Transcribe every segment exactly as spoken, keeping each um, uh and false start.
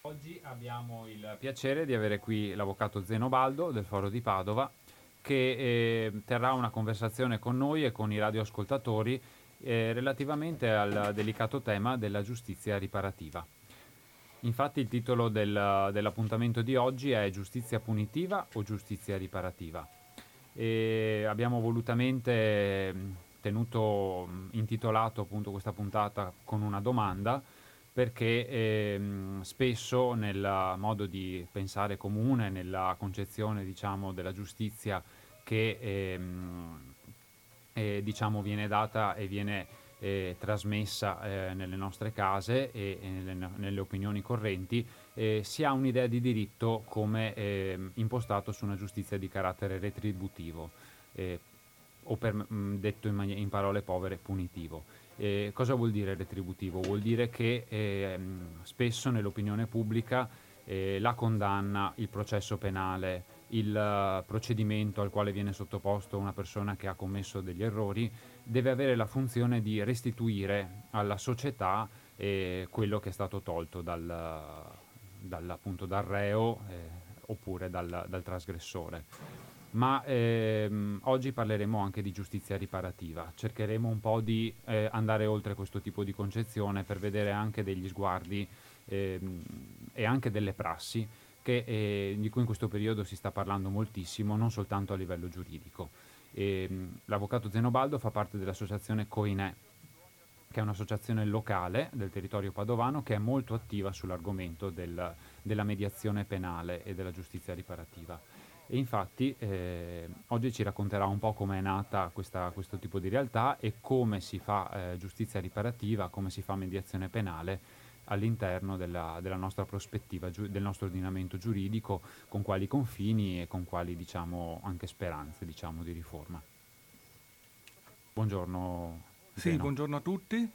Oggi abbiamo il piacere di avere qui l'avvocato Zenobaldo del Foro di Padova che eh, terrà una conversazione con noi e con i radioascoltatori eh, relativamente al delicato tema della giustizia riparativa. Infatti il titolo del- dell'appuntamento di oggi è Giustizia punitiva o giustizia riparativa? E abbiamo volutamente mh, tenuto mh, intitolato appunto questa puntata con una domanda perché ehm, spesso nel modo di pensare comune, nella concezione diciamo della giustizia che ehm, eh, diciamo viene data e viene eh, trasmessa eh, nelle nostre case e, e nelle, nelle opinioni correnti, eh, si ha un'idea di diritto come ehm, impostato su una giustizia di carattere retributivo, eh, o per, mh, detto in, mani- in parole povere, punitivo. Eh, cosa vuol dire retributivo? Vuol dire che ehm, spesso nell'opinione pubblica eh, la condanna, il processo penale, il eh, procedimento al quale viene sottoposto una persona che ha commesso degli errori deve avere la funzione di restituire alla società eh, quello che è stato tolto dal, dal, appunto, dal reo eh, oppure dal, dal trasgressore. Ma ehm, oggi parleremo anche di giustizia riparativa, cercheremo un po' di eh, andare oltre questo tipo di concezione per vedere anche degli sguardi ehm, e anche delle prassi che, eh, di cui in questo periodo si sta parlando moltissimo, non soltanto a livello giuridico. E, mh, l'avvocato Zenobaldo fa parte dell'associazione Coinè, che è un'associazione locale del territorio padovano che è molto attiva sull'argomento del- della mediazione penale e della giustizia riparativa. E infatti eh, oggi ci racconterà un po' come è nata questa- questo tipo di realtà e come si fa eh, giustizia riparativa, come si fa mediazione penale all'interno della, della nostra prospettiva, giu- del nostro ordinamento giuridico, con quali confini e con quali diciamo anche speranze diciamo, di riforma. Buongiorno Sì, Zeno. buongiorno a tutti.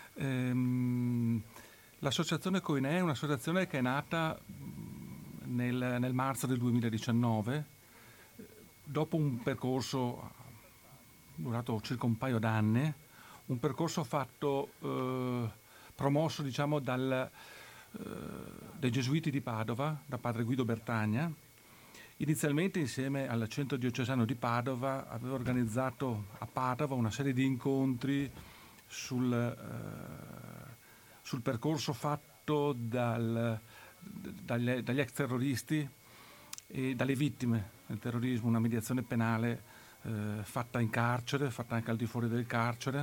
Ehm, l'associazione Coinè è un'associazione che è nata mh, nel, nel marzo del duemiladiciannove, eh, dopo un percorso durato circa un paio d'anni, un percorso fatto, eh, promosso diciamo dal, eh, dai Gesuiti di Padova, da padre Guido Bertagna. Inizialmente insieme al centro diocesano di Padova aveva organizzato a Padova una serie di incontri sul, eh, sul percorso fatto dal- dagli, dagli ex terroristi e dalle vittime del terrorismo, una mediazione penale eh, fatta in carcere, fatta anche al di fuori del carcere,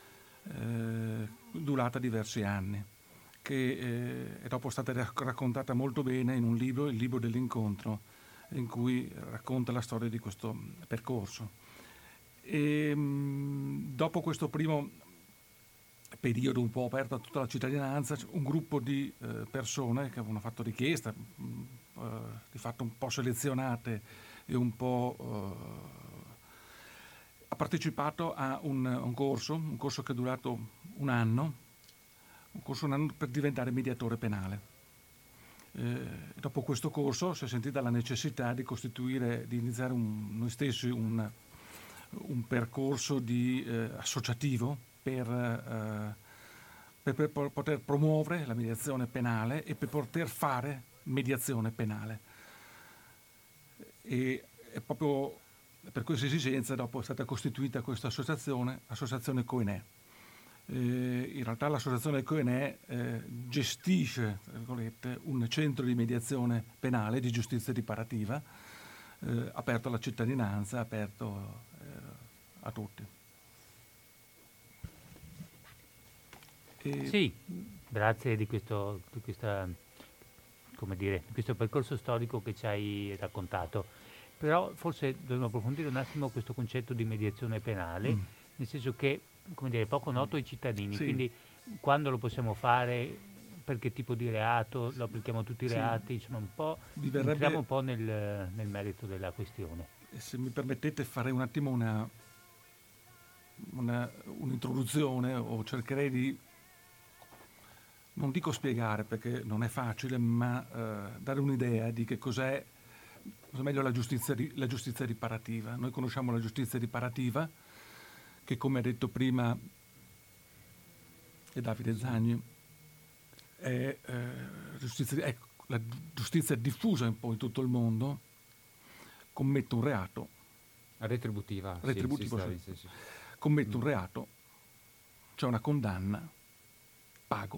eh, durata diversi anni, che eh, è dopo stata rac- raccontata molto bene in un libro, il libro dell'incontro, in cui racconta la storia di questo percorso. E, mh, dopo questo primo periodo un po' aperto a tutta la cittadinanza, un gruppo di eh, persone che avevano fatto richiesta, mh, eh, di fatto un po' selezionate e un po' eh, ha partecipato a un, un corso, un corso che è durato un anno, un corso un anno per diventare mediatore penale. Eh, dopo questo corso si è sentita la necessità di costituire, di iniziare un, noi stessi un, un percorso di, eh, associativo per, eh, per, per poter promuovere la mediazione penale e per poter fare mediazione penale. E è proprio per questa esigenza dopo è stata costituita questa associazione, Associazione Coinè. Eh, in realtà l'associazione Coinè eh, gestisce tra virgolette, un centro di mediazione penale di giustizia riparativa eh, aperto alla cittadinanza, aperto eh, a tutti. E, Sì, grazie di questo, di questa, come dire, di questo percorso storico che ci hai raccontato. Però forse dobbiamo approfondire un attimo questo concetto di mediazione penale, mm, nel senso che, come dire, è poco noto ai cittadini, sì, quindi quando lo possiamo fare, per che tipo di reato, lo applichiamo a tutti i sì, reati, insomma un po', vi entriamo verrebbe, un po' nel, nel merito della questione. se mi permettete, farei un attimo una, una, un'introduzione o cercherei di, non dico spiegare perché non è facile, ma eh, dare un'idea di che cos'è, cos'è meglio la giustizia, ri- la giustizia riparativa. Noi conosciamo la giustizia riparativa, che come ha detto prima e Davide Zagni, è, eh, giustizia, è la giustizia diffusa un po' in tutto il mondo, commetto un reato, Retributiva. retributivo, sì, sì, sì. sì, sì. commetto un reato, c'è una condanna, pago,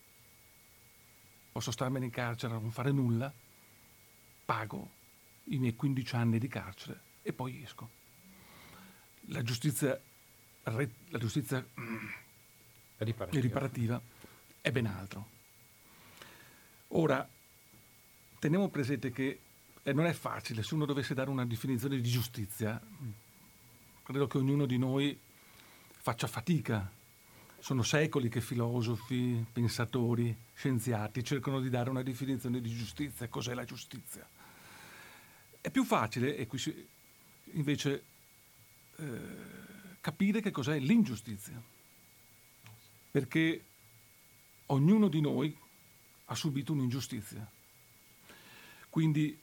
posso starmene in carcere a non fare nulla, pago i miei quindici anni di carcere e poi esco. La giustizia, la giustizia Riparativa. riparativa è ben altro. Ora, teniamo presente che eh, non è facile, se uno dovesse dare una definizione di giustizia, credo che ognuno di noi faccia fatica. Sono secoli che filosofi, pensatori, scienziati cercano di dare una definizione di giustizia. Cos'è la giustizia? È più facile, e qui si, invece, eh, capire che cos'è l'ingiustizia. Perché ognuno di noi ha subito un'ingiustizia. Quindi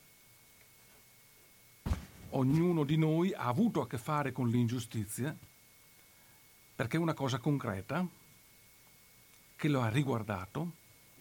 ognuno di noi ha avuto a che fare con l'ingiustizia perché è una cosa concreta che lo ha riguardato,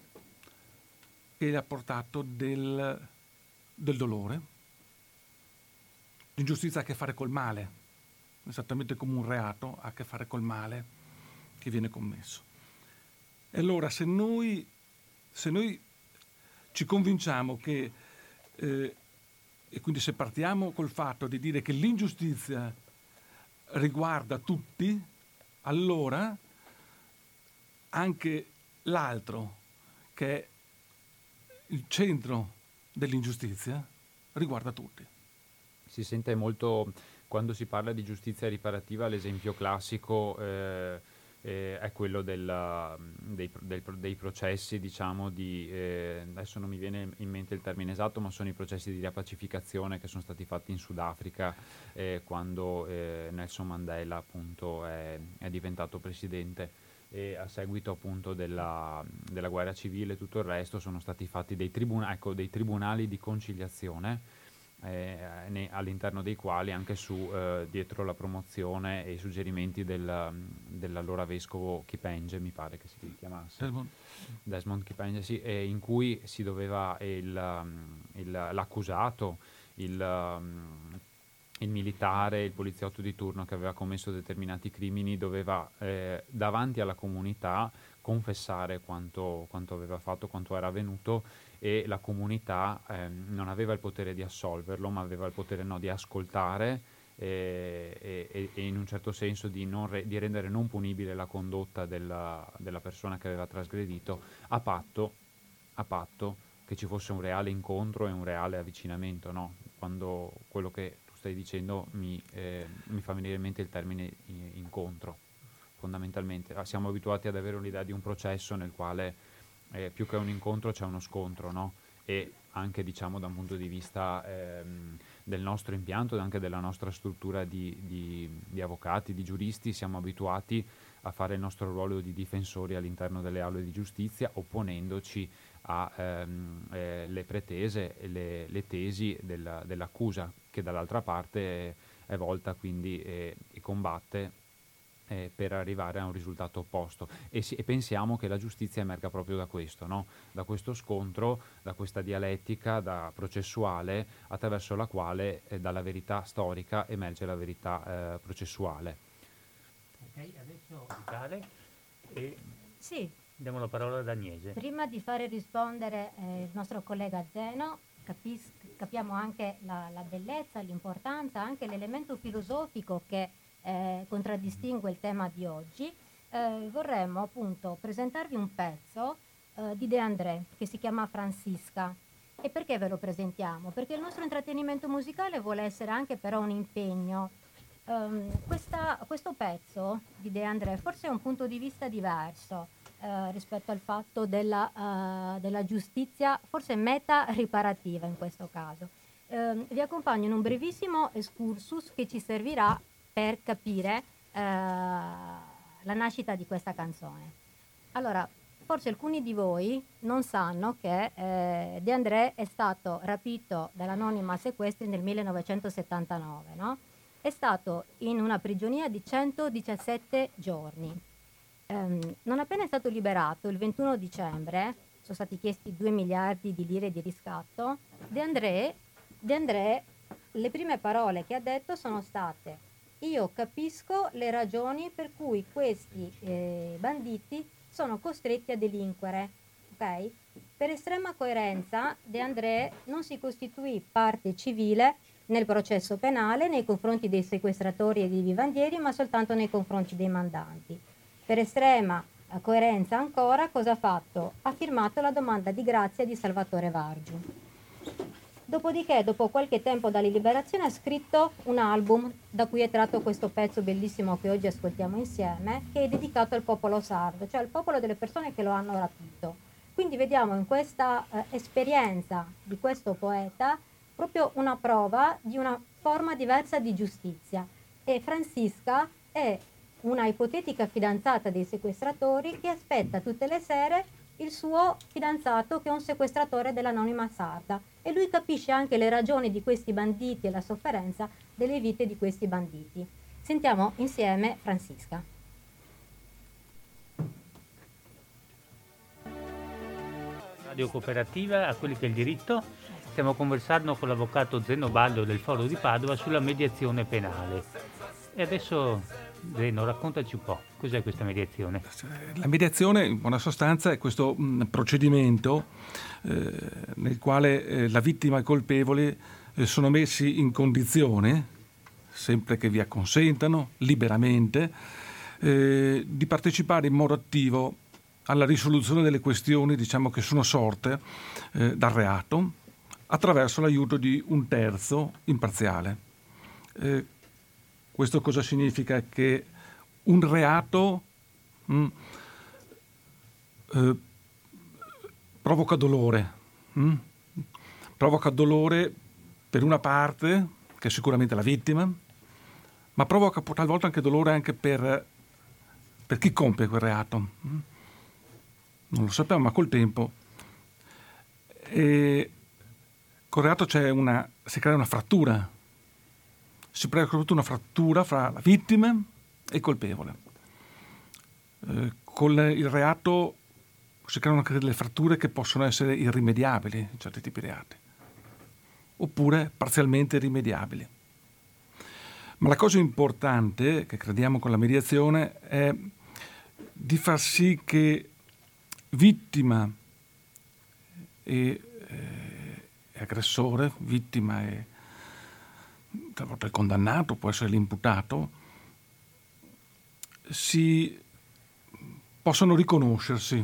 che gli ha portato del, del dolore. L'ingiustizia ha a che fare col male, esattamente come un reato ha a che fare col male che viene commesso. E allora se noi, se noi ci convinciamo che, eh, e quindi se partiamo col fatto di dire che l'ingiustizia riguarda tutti, allora anche l'altro, che è il centro dell'ingiustizia, riguarda tutti. Si sente molto, quando si parla di giustizia riparativa, l'esempio classico eh, eh, è quello della, dei, del, dei processi, diciamo, di, eh, adesso non mi viene in mente il termine esatto, ma sono i processi di riappacificazione che sono stati fatti in Sudafrica eh, quando eh, Nelson Mandela appunto è, è diventato presidente. E a seguito appunto della, della guerra civile e tutto il resto sono stati fatti dei, tribuna- ecco, dei tribunali di conciliazione eh, ne- all'interno dei quali anche su eh, dietro la promozione e i suggerimenti del, dell'allora vescovo Kipenge, mi pare che si chiamasse Desmond. Desmond Kipenge, sì, e in cui si doveva il, il, l'accusato, il, il militare, il poliziotto di turno che aveva commesso determinati crimini doveva eh, davanti alla comunità confessare quanto, quanto aveva fatto, quanto era avvenuto, e la comunità eh, non aveva il potere di assolverlo, ma aveva il potere no, di ascoltare e, e, e in un certo senso di, non re, di rendere non punibile la condotta della, della persona che aveva trasgredito, a patto, a patto che ci fosse un reale incontro e un reale avvicinamento, no? Quando quello che tu stai dicendo mi, eh, mi fa venire in mente il termine incontro, fondamentalmente. Siamo abituati ad avere un'idea di un processo nel quale eh, più che un incontro c'è uno scontro, no? E anche diciamo da un punto di vista ehm, del nostro impianto e anche della nostra struttura di, di, di avvocati, di giuristi, siamo abituati a fare il nostro ruolo di difensori all'interno delle aule di giustizia, opponendoci alle ehm, pretese e le, le tesi della, dell'accusa, che dall'altra parte è, è volta quindi eh, e combatte eh, per arrivare a un risultato opposto, e, si, e pensiamo che la giustizia emerga proprio da questo, no? Da questo scontro, da questa dialettica da processuale attraverso la quale eh, dalla verità storica emerge la verità eh, processuale. Ok, adesso Vitale e Sì, diamo la parola ad Agnese. prima di fare rispondere eh, il nostro collega Zeno, capis- capiamo anche la, la bellezza, l'importanza, anche l'elemento filosofico che eh, contraddistingue il tema di oggi. Eh, vorremmo appunto presentarvi un pezzo eh, di De André che si chiama Francisca. E perché ve lo presentiamo? Perché il nostro intrattenimento musicale vuole essere anche però un impegno. Um, questa, questo pezzo di De André forse è un punto di vista diverso eh, rispetto al fatto della, uh, della giustizia, forse meta riparativa in questo caso. Um, vi accompagno in un brevissimo excursus che ci servirà per capire uh, la nascita di questa canzone. Allora, forse alcuni di voi non sanno che eh, De André è stato rapito dall'anonima Sequestri nel millenovecentosettantanove, no? È stato in una prigionia di centodiciassette giorni. Um, non appena è stato liberato, il ventuno dicembre, sono stati chiesti due miliardi di lire di riscatto, De André, De André le prime parole che ha detto sono state: io capisco le ragioni per cui questi eh, banditi sono costretti a delinquere. Ok? Per estrema coerenza, De André non si costituì parte civile nel processo penale nei confronti dei sequestratori e dei vivandieri, ma soltanto nei confronti dei mandanti. Per estrema coerenza ancora, cosa ha fatto? Ha firmato la domanda di grazia di Salvatore Vargiu. Dopodiché, dopo qualche tempo dalla liberazione, ha scritto un album da cui è tratto questo pezzo bellissimo che oggi ascoltiamo insieme, che è dedicato al popolo sardo, cioè al popolo delle persone che lo hanno rapito. Quindi vediamo in questa eh, esperienza di questo poeta proprio una prova di una forma diversa di giustizia. E Francisca è una ipotetica fidanzata dei sequestratori che aspetta tutte le sere il suo fidanzato che è un sequestratore dell'anonima sarda, e lui capisce anche le ragioni di questi banditi e la sofferenza delle vite di questi banditi. Sentiamo insieme Francisca. Radio Cooperativa, a quelli che è il diritto. Stiamo conversando con l'avvocato Zeno Baldo del Foro di Padova sulla mediazione penale. E adesso, Zeno, raccontaci un po', cos'è questa mediazione? La mediazione, in buona sostanza, è questo mh, procedimento eh, nel quale eh, la vittima e il colpevole eh, sono messi in condizione, sempre che vi acconsentano, liberamente, eh, di partecipare in modo attivo alla risoluzione delle questioni, diciamo, che sono sorte eh, dal reato, attraverso l'aiuto di un terzo imparziale. Eh, questo cosa significa? Che un reato mh, eh, provoca dolore, mh? provoca dolore per una parte, che è sicuramente la vittima, ma provoca talvolta anche dolore anche per, per chi compie quel reato. Mh? Non lo sappiamo, ma col tempo e col reato c'è una, si crea una frattura, si crea una frattura fra la vittima e il colpevole. Eh, con il reato si creano anche delle fratture che possono essere irrimediabili in certi tipi di reati, oppure parzialmente rimediabili. Ma la cosa importante che crediamo con la mediazione è di far sì che vittima e, eh, e aggressore, vittima e talvolta il condannato, può essere l'imputato, si possono riconoscersi,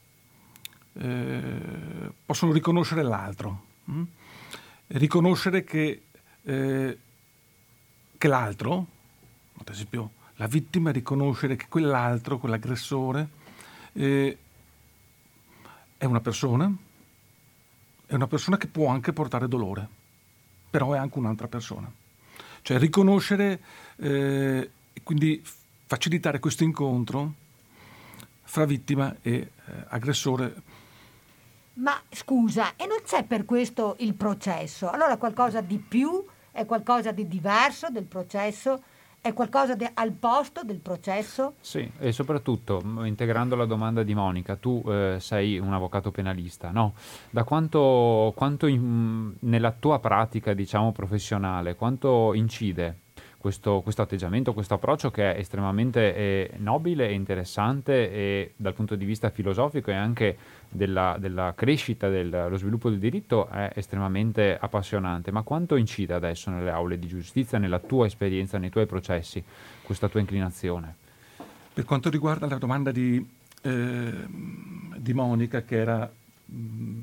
eh, possono riconoscere l'altro, hm? riconoscere che, eh, che l'altro, ad esempio la vittima, riconoscere che quell'altro, quell'aggressore, eh, è una persona, è una persona che può anche portare dolore, però è anche un'altra persona. Cioè riconoscere eh, e quindi facilitare questo incontro fra vittima e eh, aggressore. Ma scusa, e non c'è per questo il processo? Allora qualcosa di più, è qualcosa di diverso del processo? È qualcosa de- al posto del processo? Sì, e soprattutto, integrando la domanda di Monica, tu eh, sei un avvocato penalista, no? Da quanto, quanto in, nella tua pratica, diciamo, professionale, quanto incide questo, questo atteggiamento, questo approccio che è estremamente eh, nobile e interessante e dal punto di vista filosofico e anche della, della crescita, dello sviluppo del diritto è estremamente appassionante, ma quanto incide adesso nelle aule di giustizia, nella tua esperienza, nei tuoi processi, questa tua inclinazione? Per quanto riguarda la domanda di, eh, di Monica, che era mh,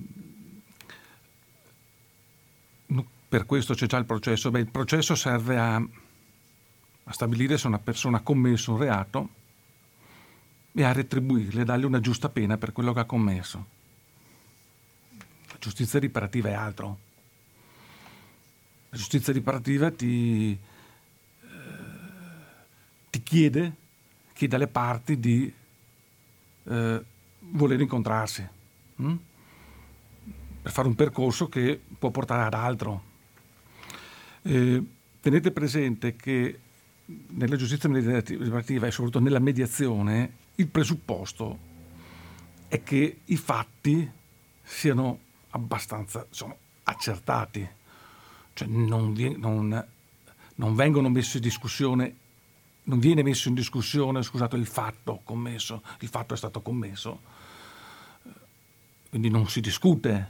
per questo c'è già il processo, beh, il processo serve a, a stabilire se una persona ha commesso un reato e a retribuirle, dargli una giusta pena per quello che ha commesso. La giustizia riparativa è altro. La giustizia riparativa ti, eh, ti chiede, chiede alle parti di eh, voler incontrarsi hm? per fare un percorso che può portare ad altro. Eh, tenete presente che nella giustizia riparativa e soprattutto nella mediazione il presupposto è che i fatti siano abbastanza, sono accertati, cioè non, vi- non, non vengono messi in discussione, non viene messo in discussione, scusate, il fatto commesso, il fatto è stato commesso, quindi non si discute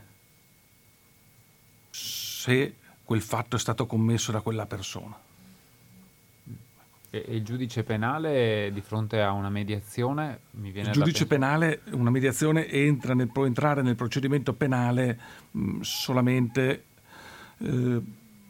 se quel fatto è stato commesso da quella persona. E, e il giudice penale di fronte a una mediazione mi viene Il da giudice pensare- penale, una mediazione entra nel, può entrare nel procedimento penale mh, solamente eh,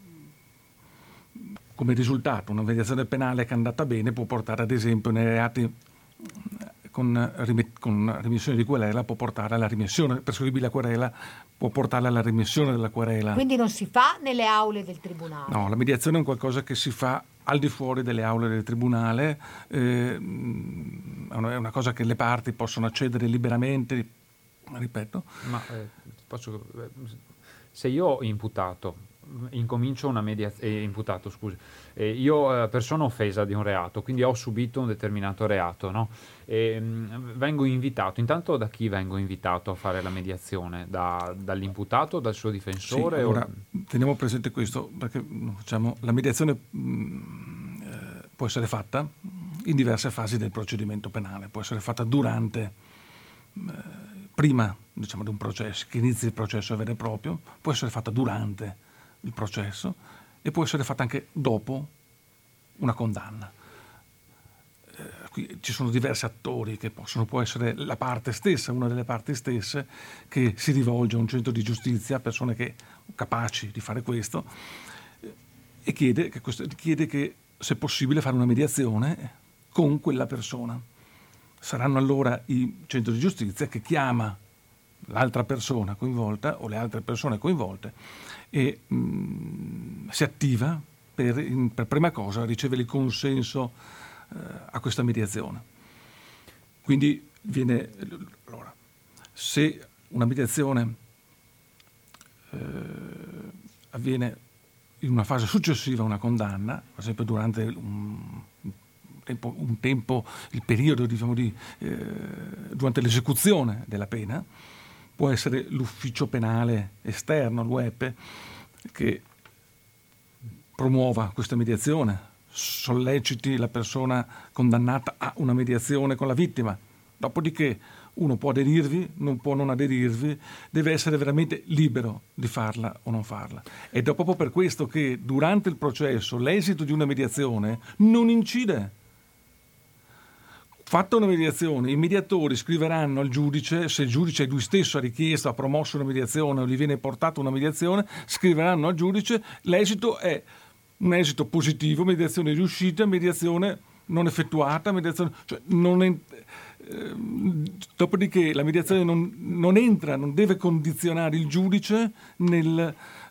come risultato. Una mediazione penale che è andata bene può portare ad esempio nei reati con, rime- con remissione di querela, può portare alla rimissione, prescrivibile a querela, può portare alla rimissione della querela. Quindi non si fa nelle aule del tribunale. No, la mediazione è un qualcosa che si fa al di fuori delle aule del tribunale, eh, è una cosa che le parti possono accedere liberamente, ripeto. Ma eh, posso- eh, se io imputato incomincio una mediazione, imputato scusi, eh, io eh, persona offesa di un reato, quindi ho subito un determinato reato, no? E, mh, vengo invitato, intanto da chi vengo invitato a fare la mediazione? Da- dall'imputato, dal suo Sì, difensore? allora, o- teniamo presente questo, perché diciamo, la mediazione mh, eh, può essere fatta in diverse fasi del procedimento penale, può essere fatta durante, eh, prima diciamo, di un processo, che inizi il processo vero e proprio, può essere fatta durante il processo e può essere fatta anche dopo una condanna. Eh, qui ci sono diversi attori che possono, può essere la parte stessa, una delle parti stesse che si rivolge a un centro di giustizia, persone che capaci di fare questo, eh, e chiede che, questo, chiede che se è possibile fare una mediazione con quella persona. Saranno allora i centri di giustizia che chiama l'altra persona coinvolta o le altre persone coinvolte e mh, si attiva per, in, per prima cosa ricevere il consenso eh, a questa mediazione. Quindi viene, allora, se una mediazione eh, avviene in una fase successiva a una condanna, per esempio durante un tempo, un tempo il periodo diciamo, di, eh, durante l'esecuzione della pena, può essere l'ufficio penale esterno, l'U E P E, che promuova questa mediazione, solleciti la persona condannata a una mediazione con la vittima. Dopodiché uno può aderirvi, non può non aderirvi, deve essere veramente libero di farla o non farla. Ed è proprio per questo che durante il processo l'esito di una mediazione non incide. Fatta una mediazione, i mediatori scriveranno al giudice, se il giudice lui stesso ha richiesto, ha promosso una mediazione o gli viene portata una mediazione, scriveranno al giudice, l'esito è un esito positivo, mediazione riuscita, mediazione non effettuata, mediazione, cioè non è, eh, dopodiché la mediazione non, non entra, non deve condizionare il giudice nel,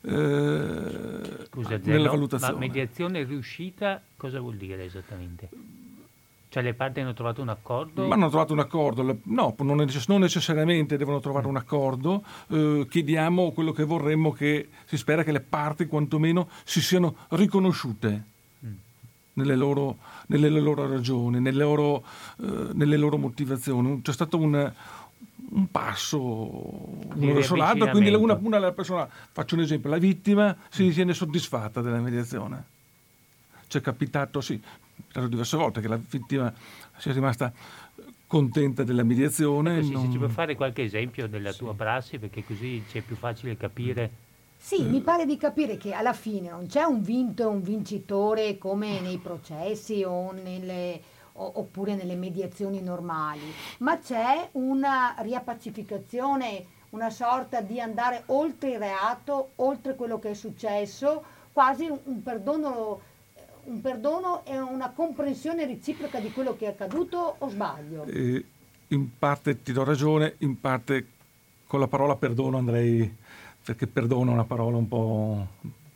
eh, Scusa, nella Zeno, valutazione. ma mediazione riuscita cosa vuol dire esattamente? Cioè le parti hanno trovato un accordo? Ma hanno trovato un accordo, no, non, necess- non necessariamente devono trovare un accordo, eh, chiediamo quello che vorremmo, che si spera che le parti quantomeno si siano riconosciute Mm. nelle loro, nelle loro ragioni, nelle loro, eh, nelle loro motivazioni. C'è stato un, un passo uno verso l'altro, quindi una, una della persona, faccio un esempio, la vittima si ritiene soddisfatta della mediazione. C'è capitato, sì, diverse volte che la vittima sia rimasta contenta della mediazione. Ecco, sì, non... Se ci puoi fare qualche esempio della tua prassi, perché così c'è più facile capire. Sì, mi pare di capire che alla fine non c'è un vinto e un vincitore come nei processi o nelle, o- oppure nelle mediazioni normali, ma c'è una riappacificazione, una sorta di andare oltre il reato, oltre quello che è successo, quasi un, un perdono, un perdono e una comprensione reciproca di quello che è accaduto, o sbaglio? Eh, in parte ti do ragione, in parte con la parola perdono andrei, perché perdono è una parola un po',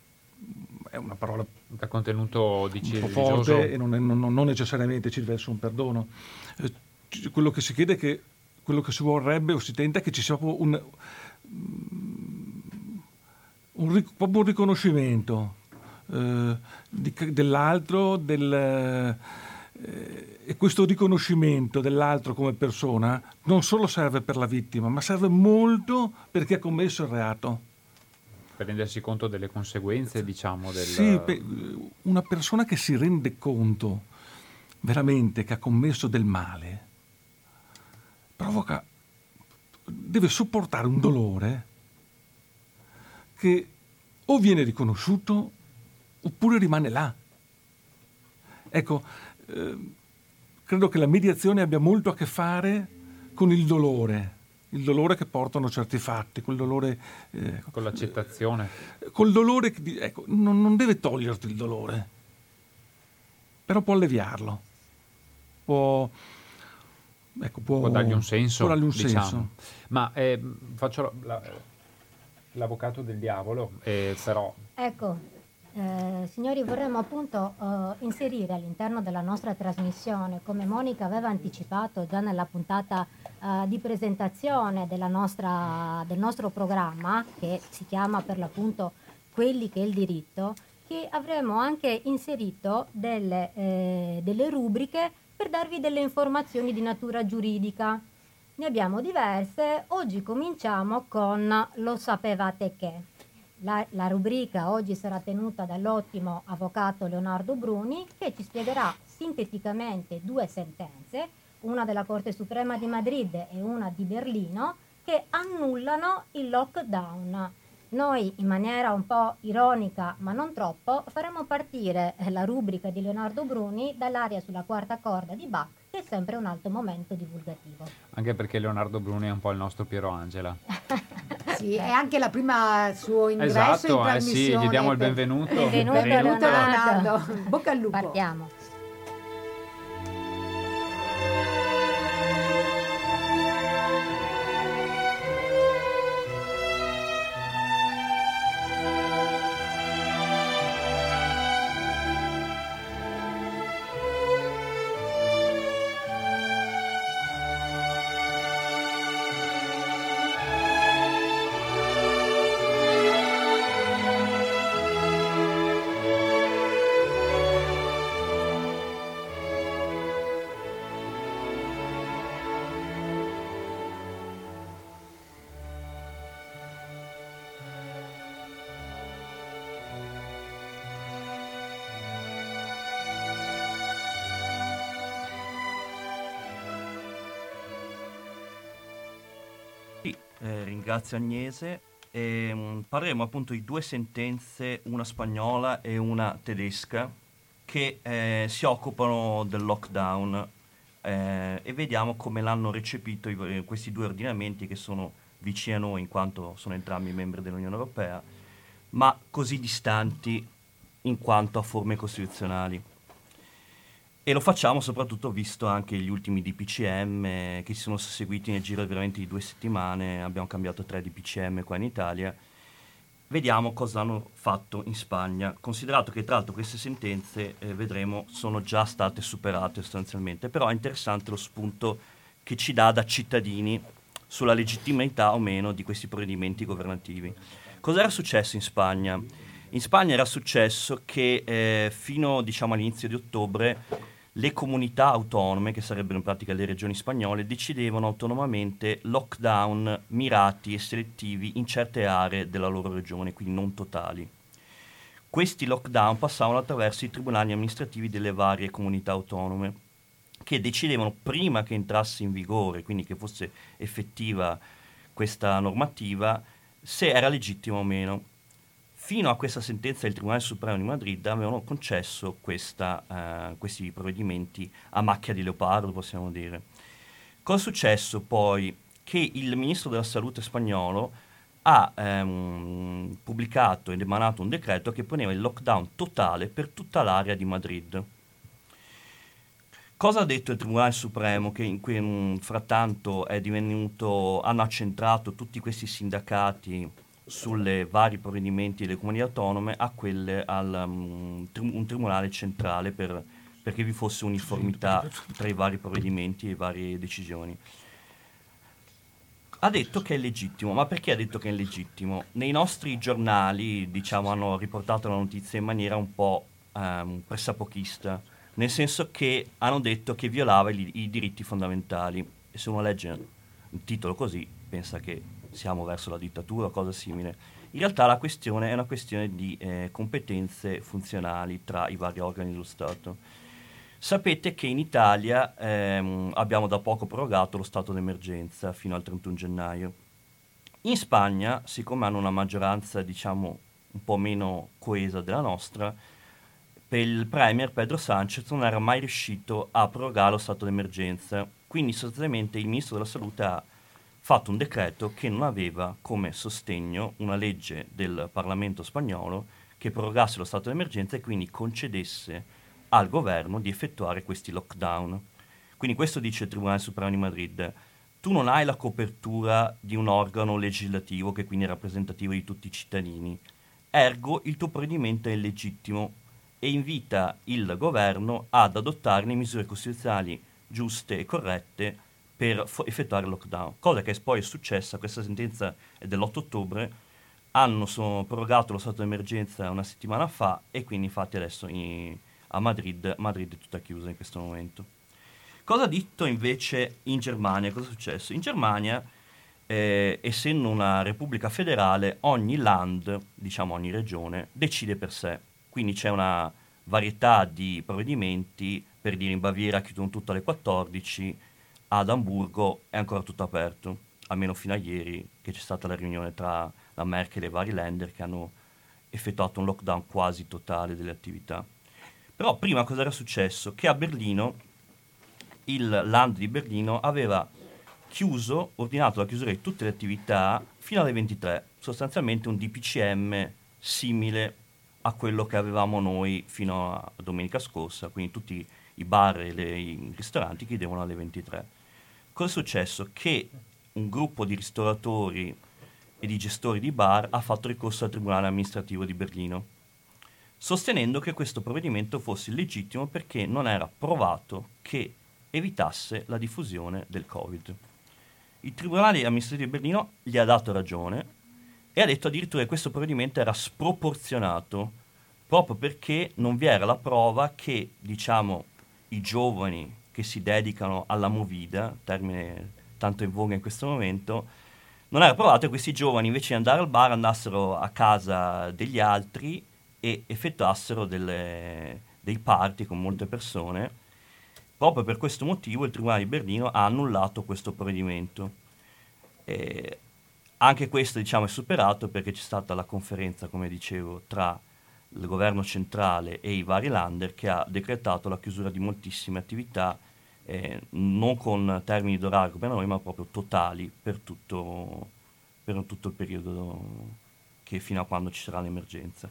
è una parola da contenuto dici, un po' religioso? forte e non, è- non- non necessariamente ci deve essere un perdono. Eh, c- quello che si chiede è che, quello che si vorrebbe o si tenta è che ci sia proprio un, un, ric- proprio un riconoscimento eh, di- dell'altro, del, eh, e questo riconoscimento dell'altro come persona non solo serve per la vittima, ma serve molto per chi ha commesso il reato. Per rendersi conto delle conseguenze, diciamo, del... Sì, pe- una persona che si rende conto veramente che ha commesso del male provoca, deve sopportare un dolore che o viene riconosciuto oppure rimane là. Ecco, eh, credo che la mediazione abbia molto a che fare con il dolore, il dolore che portano certi fatti, quel dolore... Eh, con l'accettazione. Eh, col dolore, che, ecco, non, non deve toglierti il dolore, però può alleviarlo, può... Ecco, può, può dargli un senso, può dargli un diciamo. senso. Ma eh, faccio la, l'avvocato del diavolo, eh, però... Ecco, eh, signori, vorremmo appunto eh, inserire all'interno della nostra trasmissione, come Monica aveva anticipato già nella puntata eh, di presentazione della nostra, del nostro programma, che si chiama per l'appunto Quelli che è il diritto, che avremmo anche inserito delle, eh, delle rubriche per darvi delle informazioni di natura giuridica. Ne abbiamo diverse, oggi cominciamo con Lo sapevate che. La, la rubrica oggi sarà tenuta dall'ottimo avvocato Leonardo Bruni, che ci spiegherà sinteticamente due sentenze, una della Corte Suprema di Madrid e una di Berlino, che annullano il lockdown. Noi, in maniera un po' ironica ma non troppo, faremo partire la rubrica di Leonardo Bruni dall'aria sulla quarta corda di Bach, che è sempre un alto momento divulgativo. Anche perché Leonardo Bruni è un po' il nostro Piero Angela. Sì, è anche la prima suo ingresso esatto, in eh sì, gli diamo il benvenuto. Benvenuto, Benvenuto Leonardo. Leonardo. Bocca al lupo. Partiamo. Eh, ringrazio Agnese. E, mh, parleremo appunto di due sentenze, una spagnola e una tedesca, che eh, si occupano del lockdown eh, e vediamo come l'hanno recepito i, questi due ordinamenti che sono vicini a noi in quanto sono entrambi membri dell'Unione Europea, ma così distanti in quanto a forme costituzionali. E lo facciamo soprattutto visto anche gli ultimi D P C M che si sono susseguiti nel giro veramente di due settimane. Abbiamo cambiato tre D P C M qua in Italia. Vediamo cosa hanno fatto in Spagna, considerato che tra l'altro queste sentenze, eh, vedremo, sono già state superate sostanzialmente, però è interessante lo spunto che ci dà da cittadini sulla legittimità o meno di questi provvedimenti governativi. Cosa era successo in Spagna? In Spagna era successo che eh, fino diciamo, all'inizio di ottobre le comunità autonome, che sarebbero in pratica le regioni spagnole, decidevano autonomamente lockdown mirati e selettivi in certe aree della loro regione, quindi non totali. Questi lockdown passavano attraverso i tribunali amministrativi delle varie comunità autonome, che decidevano prima che entrasse in vigore, quindi che fosse effettiva questa normativa, se era legittima o meno. Fino a questa sentenza del Tribunale Supremo di Madrid avevano concesso questa, uh, questi provvedimenti a macchia di leopardo, possiamo dire. Cosa è successo poi? Che il ministro della Salute spagnolo ha um, pubblicato ed emanato un decreto che poneva il lockdown totale per tutta l'area di Madrid. Cosa ha detto il Tribunale Supremo? Che in cui um, frattanto è divenuto, hanno accentrato tutti questi sindacati sulle vari provvedimenti delle comunità autonome a quelle al um, tri- un tribunale centrale per, perché vi fosse uniformità tra i vari provvedimenti e le varie decisioni. Ha detto che è legittimo, ma perché ha detto che è legittimo? Nei nostri giornali, diciamo, hanno riportato la notizia in maniera un po' um, pressapochista, nel senso che hanno detto che violava i, i diritti fondamentali. E se uno legge un titolo così pensa che siamo verso la dittatura o cosa simile. In realtà la questione è una questione di eh, competenze funzionali tra i vari organi dello Stato. Sapete che in Italia ehm, abbiamo da poco prorogato lo stato d'emergenza fino al trentuno gennaio. In Spagna, siccome hanno una maggioranza, diciamo, un po' meno coesa della nostra, per il premier Pedro Sánchez non era mai riuscito a prorogare lo stato d'emergenza. Quindi sostanzialmente il ministro della Salute ha fatto un decreto che non aveva come sostegno una legge del Parlamento spagnolo che prorogasse lo stato d'emergenza e quindi concedesse al governo di effettuare questi lockdown. Quindi questo dice il Tribunale Supremo di Madrid: tu non hai la copertura di un organo legislativo che quindi è rappresentativo di tutti i cittadini, ergo il tuo provvedimento è illegittimo, e invita il governo ad adottare le misure costituzionali giuste e corrette per fo- effettuare il lockdown, cosa che poi è successa. Questa sentenza è dell'otto ottobre, hanno sono prorogato lo stato d'emergenza una settimana fa e quindi infatti adesso in, a Madrid, Madrid è tutta chiusa in questo momento. Cosa ha detto invece in Germania? Cosa è successo? In Germania, eh, essendo una repubblica federale, ogni land, diciamo ogni regione, decide per sé. Quindi c'è una varietà di provvedimenti, per dire in Baviera chiudono tutto alle quattordici, ad Amburgo è ancora tutto aperto, almeno fino a ieri che c'è stata la riunione tra la Merkel e i vari Länder che hanno effettuato un lockdown quasi totale delle attività. Però prima cosa era successo? Che a Berlino, il Land di Berlino aveva chiuso, ordinato la chiusura di tutte le attività fino alle ventitré, sostanzialmente un D P C M simile a quello che avevamo noi fino a domenica scorsa, quindi tutti i bar e le, i ristoranti chiudevano alle ventitré. Cosa è successo? Che un gruppo di ristoratori e di gestori di bar ha fatto ricorso al Tribunale amministrativo di Berlino, sostenendo che questo provvedimento fosse illegittimo perché non era provato che evitasse la diffusione del Covid. Il Tribunale amministrativo di Berlino gli ha dato ragione e ha detto addirittura che questo provvedimento era sproporzionato proprio perché non vi era la prova che, diciamo, i giovani che si dedicano alla movida, termine tanto in voga in questo momento, non era provato che questi giovani invece di andare al bar andassero a casa degli altri e effettuassero delle, dei party con molte persone. Proprio per questo motivo il Tribunale di Berlino ha annullato questo provvedimento. E anche questo, diciamo, è superato perché c'è stata la conferenza, come dicevo, tra il governo centrale e i vari Länder che ha decretato la chiusura di moltissime attività, eh, non con termini d'orario come noi, ma proprio totali per tutto, per tutto il periodo che fino a quando ci sarà l'emergenza.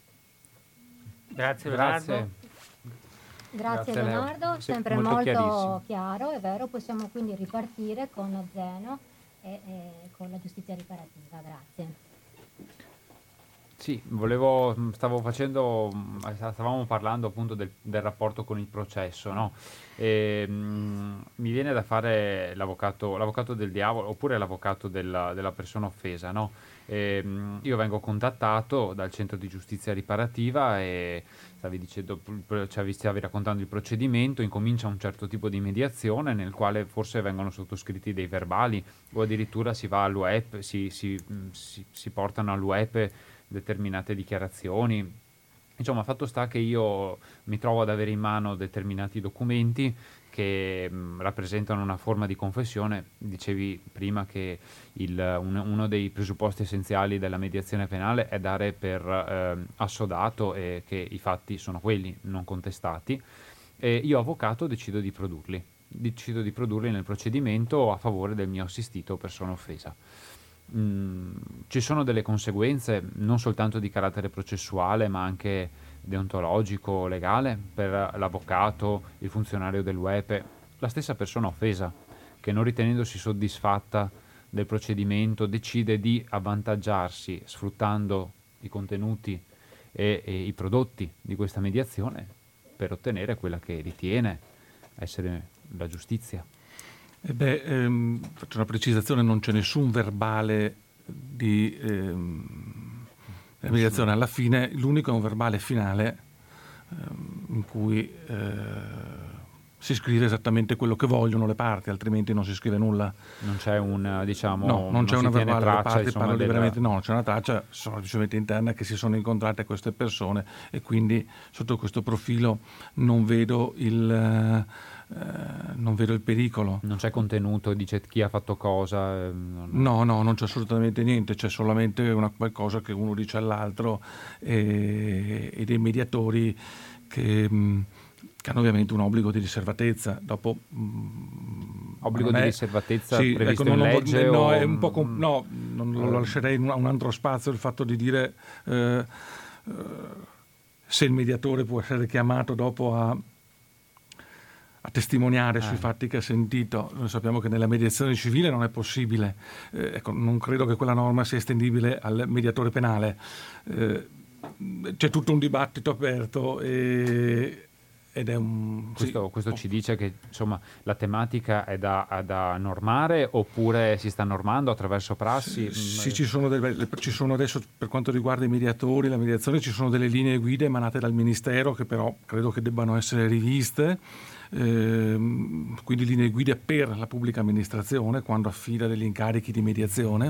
Grazie, Grazie. Leonardo. Grazie, Grazie, Leo. Leonardo, Sì, sempre molto molto, chiarissimo. chiaro, è vero, possiamo quindi ripartire con Zeno e, e con la giustizia riparativa. Grazie. Sì, volevo, stavo facendo, stavamo parlando appunto del, del rapporto con il processo, no? E, mh, mi viene da fare l'avvocato, l'avvocato del diavolo oppure l'avvocato della, della persona offesa, no? E, mh, io vengo contattato dal centro di giustizia riparativa e stavi dicendo, ci stavi raccontando il procedimento, incomincia un certo tipo di mediazione nel quale forse vengono sottoscritti dei verbali o addirittura si va all'U E P, si, si, si, si portano all'U E P determinate dichiarazioni. Insomma, fatto sta che io mi trovo ad avere in mano determinati documenti che mh, rappresentano una forma di confessione. Dicevi prima che il, un, uno dei presupposti essenziali della mediazione penale è dare per eh, assodato e che i fatti sono quelli, non contestati. E io, avvocato, decido di produrli. Decido di produrli nel procedimento a favore del mio assistito o persona offesa. Mm, ci sono delle conseguenze non soltanto di carattere processuale ma anche deontologico, legale per l'avvocato, il funzionario dell'U E P E, la stessa persona offesa che non ritenendosi soddisfatta del procedimento decide di avvantaggiarsi sfruttando i contenuti e, e i prodotti di questa mediazione per ottenere quella che ritiene essere la giustizia. Eh beh, ehm, faccio una precisazione, non c'è nessun verbale di ehm, mediazione alla fine, l'unico è un verbale finale ehm, in cui eh, si scrive esattamente quello che vogliono le parti, altrimenti non si scrive nulla. Non c'è un, diciamo, no, non, non c'è una verbale, traccia, le parti insomma, parlano della... liberamente, no, c'è una traccia semplicemente interna che si sono incontrate queste persone, e quindi sotto questo profilo non vedo il, eh, non vedo il pericolo. Non c'è contenuto, dice chi ha fatto cosa? Eh, non... No, no, non c'è assolutamente niente, c'è solamente una qualcosa che uno dice all'altro, e, e dei mediatori che... Mh, che hanno ovviamente un obbligo di riservatezza. Dopo mh, obbligo è, di riservatezza sì, previsto ecco, in non, legge? No, o... è un po' com- no, non lo lascerei in un altro spazio il fatto di dire eh, eh, se il mediatore può essere chiamato dopo a, a testimoniare eh. sui fatti che ha sentito. Noi sappiamo che nella mediazione civile non è possibile. Eh, ecco, non credo che quella norma sia estendibile al mediatore penale. Eh, c'è tutto un dibattito aperto e Ed è un, questo, sì. questo ci dice che insomma la tematica è da, da normare, oppure si sta normando attraverso prassi? Sì, sì, ci sono, delle, ci sono adesso, per quanto riguarda i mediatori, la mediazione, ci sono delle linee guida emanate dal Ministero che però credo che debbano essere riviste, ehm, quindi linee guida per la pubblica amministrazione quando affida degli incarichi di mediazione.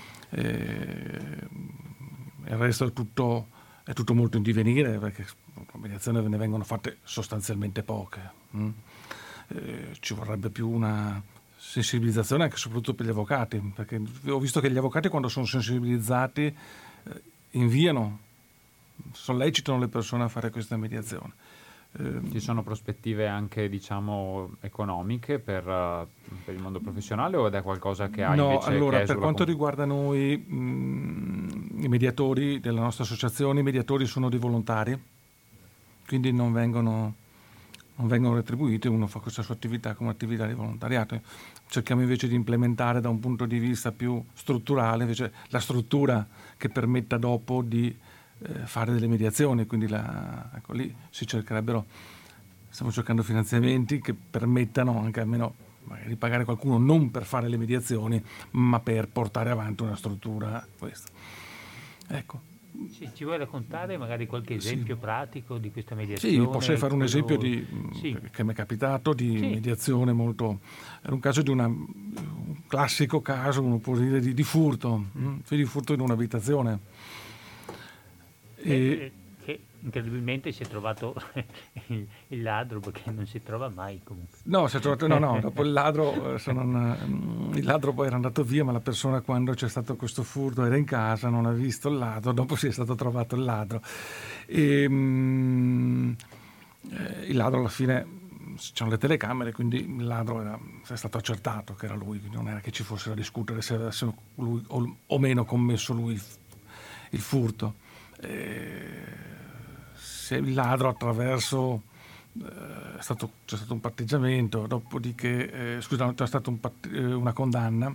Eh, il resto è tutto, è tutto molto in divenire, perché la mediazione ne vengono fatte sostanzialmente poche. Mm? Eh, ci vorrebbe più una sensibilizzazione anche soprattutto per gli avvocati, perché ho visto che gli avvocati quando sono sensibilizzati eh, inviano, sollecitano le persone a fare questa mediazione. Eh, Ci sono prospettive anche, diciamo, economiche per, uh, per il mondo professionale, o è qualcosa che ha no, invece allora, che per quanto com- riguarda noi, mh, i mediatori della nostra associazione, i mediatori sono dei volontari, quindi non vengono, non vengono retribuiti, uno fa questa sua attività come attività di volontariato. Cerchiamo invece di implementare da un punto di vista più strutturale invece la struttura che permetta dopo di eh, fare delle mediazioni, quindi la, ecco, lì si cercherebbero, stiamo cercando finanziamenti che permettano anche almeno magari di pagare qualcuno non per fare le mediazioni, ma per portare avanti una struttura questa. Ecco. Sì, ci vuoi raccontare magari qualche esempio sì. pratico di questa mediazione? Sì, posso fare un esempio di, sì. che mi è capitato di sì. mediazione molto... Era un caso di una, un classico caso, uno può dire, di, di furto, mm. di furto in un'abitazione. E, e, che incredibilmente si è trovato il, il ladro, perché non si trova mai comunque. No, si è trovato, no, no, dopo il ladro, sono un, il ladro poi era andato via, ma la persona, quando c'è stato questo furto, era in casa, non ha visto il ladro, dopo si è stato trovato il ladro. E, mh, eh, il ladro alla fine, c'erano le telecamere, quindi il ladro era, è stato accertato che era lui, quindi non era che ci fosse da discutere se avesse lui o, o meno commesso lui il, il furto. E, se il ladro attraverso eh, è stato, c'è stato un patteggiamento, dopodiché eh, scusa, c'è stata un pat- eh, una condanna,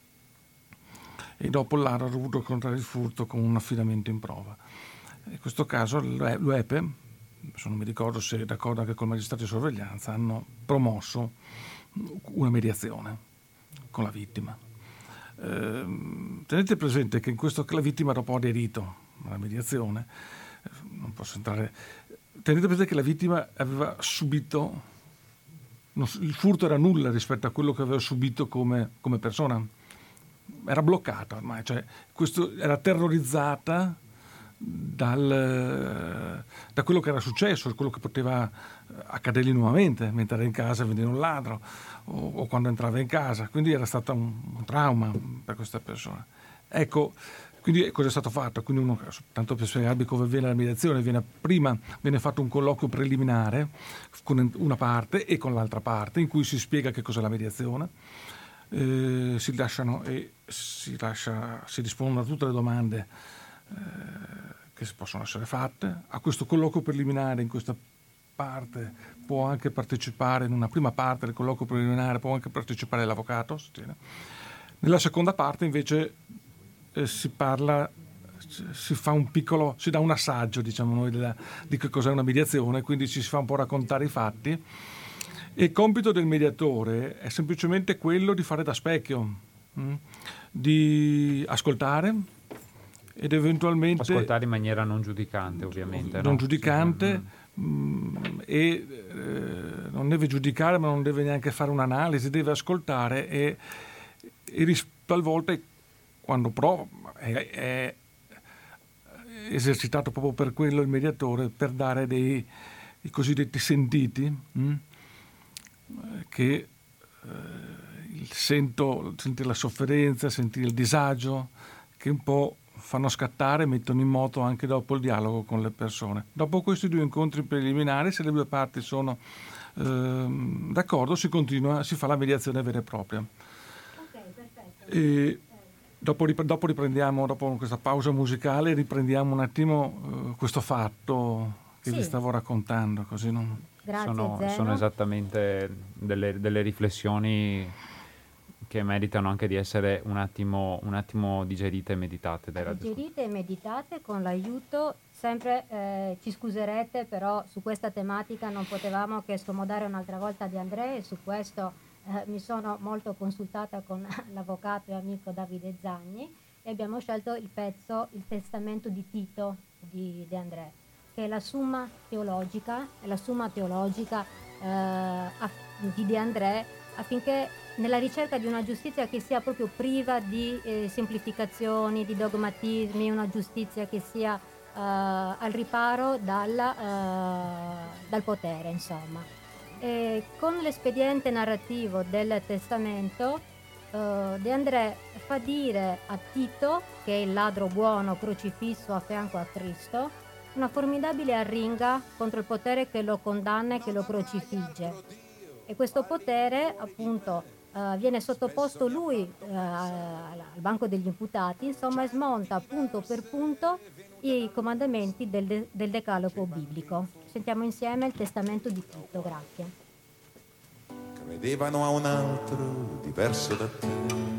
e dopo il ladro ha dovuto contrarre il furto con un affidamento in prova. In questo caso l'U E P E, non mi ricordo se è d'accordo anche con il magistrato di sorveglianza, hanno promosso una mediazione con la vittima. Eh, tenete presente che in questo la vittima dopo ha aderito alla mediazione, non posso entrare, tenete presente che la vittima aveva subito, non, il furto era nulla rispetto a quello che aveva subito come, come persona, era bloccata ormai, cioè questo, era terrorizzata dal, da quello che era successo, quello che poteva accadergli nuovamente mentre era in casa a vedere un ladro o, o quando entrava in casa, quindi era stato un, un trauma per questa persona. Ecco, quindi cosa è stato fatto? Quindi uno, tanto per spiegarvi come avviene la mediazione, viene, prima viene fatto un colloquio preliminare con una parte e con l'altra parte in cui si spiega che cos'è la mediazione, eh, si lasciano e si, lascia, si rispondono a tutte le domande eh, che possono essere fatte. A questo colloquio preliminare, in questa parte, può anche partecipare, in una prima parte del colloquio preliminare può anche partecipare l'avvocato. Nella seconda parte invece Eh, si parla, si fa un piccolo, si dà un assaggio, diciamo noi, della, di che cos'è una mediazione, quindi ci si fa un po' raccontare i fatti, e il compito del mediatore è semplicemente quello di fare da specchio, mh? di ascoltare ed eventualmente ascoltare in maniera non giudicante, ovviamente, non no? giudicante, sì. mh, e eh, non deve giudicare, ma non deve neanche fare un'analisi, deve ascoltare e, e ris- talvolta quando prova è, è esercitato proprio per quello il mediatore, per dare dei i cosiddetti sentiti mh, che eh, il sento, sentire la sofferenza, sentire il disagio, che un po' fanno scattare, mettono in moto anche dopo il dialogo con le persone. Dopo questi due incontri preliminari, se le due parti sono eh, d'accordo, si continua, si fa la mediazione vera e propria. Ok, perfetto. E dopo, rip- dopo riprendiamo, dopo questa pausa musicale, riprendiamo un attimo eh, questo fatto che Sì. vi stavo raccontando, così non... Grazie sono, Zeno. sono esattamente delle, delle riflessioni che meritano anche di essere un attimo, un attimo digerite e meditate dai radioascoltatori. Digerite e meditate con l'aiuto, sempre eh, ci scuserete, però su questa tematica non potevamo che scomodare un'altra volta di Andrea, e su questo eh, mi sono molto consultata con l'avvocato e amico Davide Zagni, e abbiamo scelto il pezzo Il testamento di Tito di, di Andrea, che è la summa teologica, è la summa teologica eh, aff- di De André, affinché nella ricerca di una giustizia che sia proprio priva di eh, semplificazioni, di dogmatismi, una giustizia che sia eh, al riparo dalla, eh, dal potere, insomma. E con l'espediente narrativo del testamento, eh, De André fa dire a Tito, che è il ladro buono crocifisso a fianco a Cristo, una formidabile arringa contro il potere che lo condanna e che lo crocifigge. E questo potere, appunto, eh, viene sottoposto lui eh, al banco degli imputati, insomma, e smonta punto per punto i comandamenti del, de- del decalogo biblico. Sentiamo insieme il testamento di Tito, grazie. Credevano a un altro diverso da te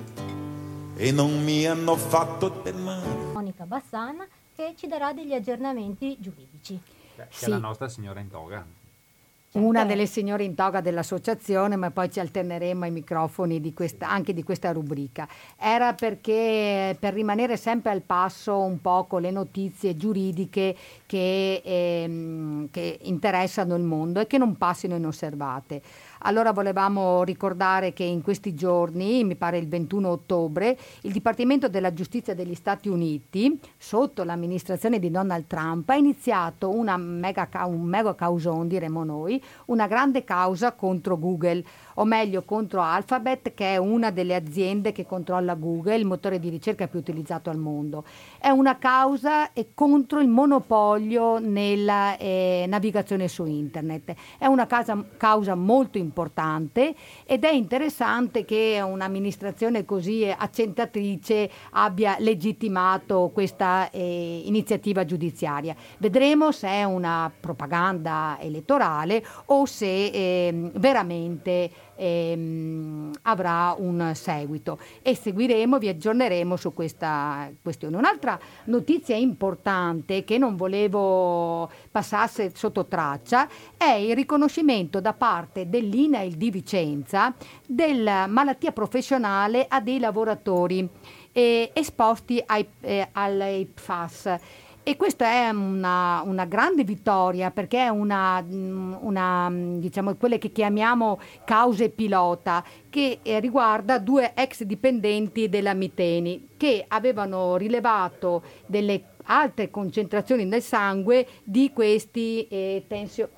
e non mi hanno fatto del male. Monica Bassan, che ci darà degli aggiornamenti giuridici. Che Sì. è la nostra signora in toga. Una delle signore in toga dell'associazione, ma poi ci alterneremo ai microfoni di questa, anche di questa rubrica. Era perché per rimanere sempre al passo un po' con le notizie giuridiche che, ehm, che interessano il mondo e che non passino inosservate. Allora volevamo ricordare che in questi giorni, mi pare il ventuno ottobre, il Dipartimento della Giustizia degli Stati Uniti, sotto l'amministrazione di Donald Trump, ha iniziato una mega, un mega causon, diremo noi, una grande causa contro Google, o meglio contro Alphabet, che è una delle aziende che controlla Google, il motore di ricerca più utilizzato al mondo. È una causa eh, contro il monopolio nella eh, navigazione su internet. È una causa, causa molto importante, ed è interessante che un'amministrazione così accentatrice abbia legittimato questa eh, iniziativa giudiziaria. Vedremo se è una propaganda elettorale o se eh, veramente Ehm, avrà un seguito, e seguiremo, vi aggiorneremo su questa questione. Un'altra notizia importante che non volevo passasse sotto traccia è il riconoscimento da parte dell'I N A I L di Vicenza della malattia professionale a dei lavoratori eh, esposti ai, eh, alle P F A S. E questa è una, una grande vittoria, perché è una, una, diciamo, quelle che chiamiamo cause pilota, che eh, riguarda due ex dipendenti della Miteni che avevano rilevato delle alte concentrazioni nel sangue di questi eh, tensio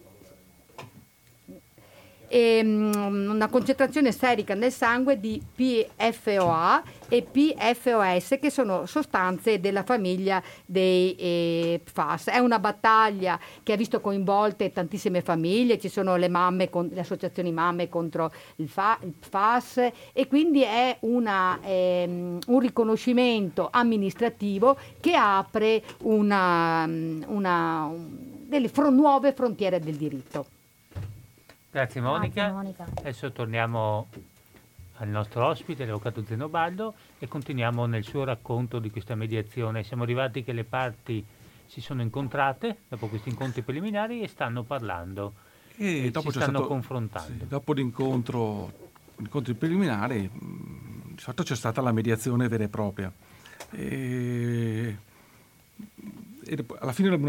E, um, una concentrazione serica nel sangue di P F O A e P F O S, che sono sostanze della famiglia dei eh, P F A S. È una battaglia che ha visto coinvolte tantissime famiglie, ci sono le mamme, con, le associazioni mamme contro il, fa, il P F A S, e quindi è una, ehm, un riconoscimento amministrativo che apre una, una, delle fro- nuove frontiere del diritto. Grazie Monica. Grazie, Monica. Adesso torniamo al nostro ospite, l'avvocato Zeno Baldo, e continuiamo nel suo racconto di questa mediazione. Siamo arrivati che le parti si sono incontrate dopo questi incontri preliminari e stanno parlando E, e dopo si c'è stanno stato, confrontando. sì, dopo l'incontro, incontri preliminari, mh, di fatto c'è stata la mediazione vera e propria. E, e alla fine una,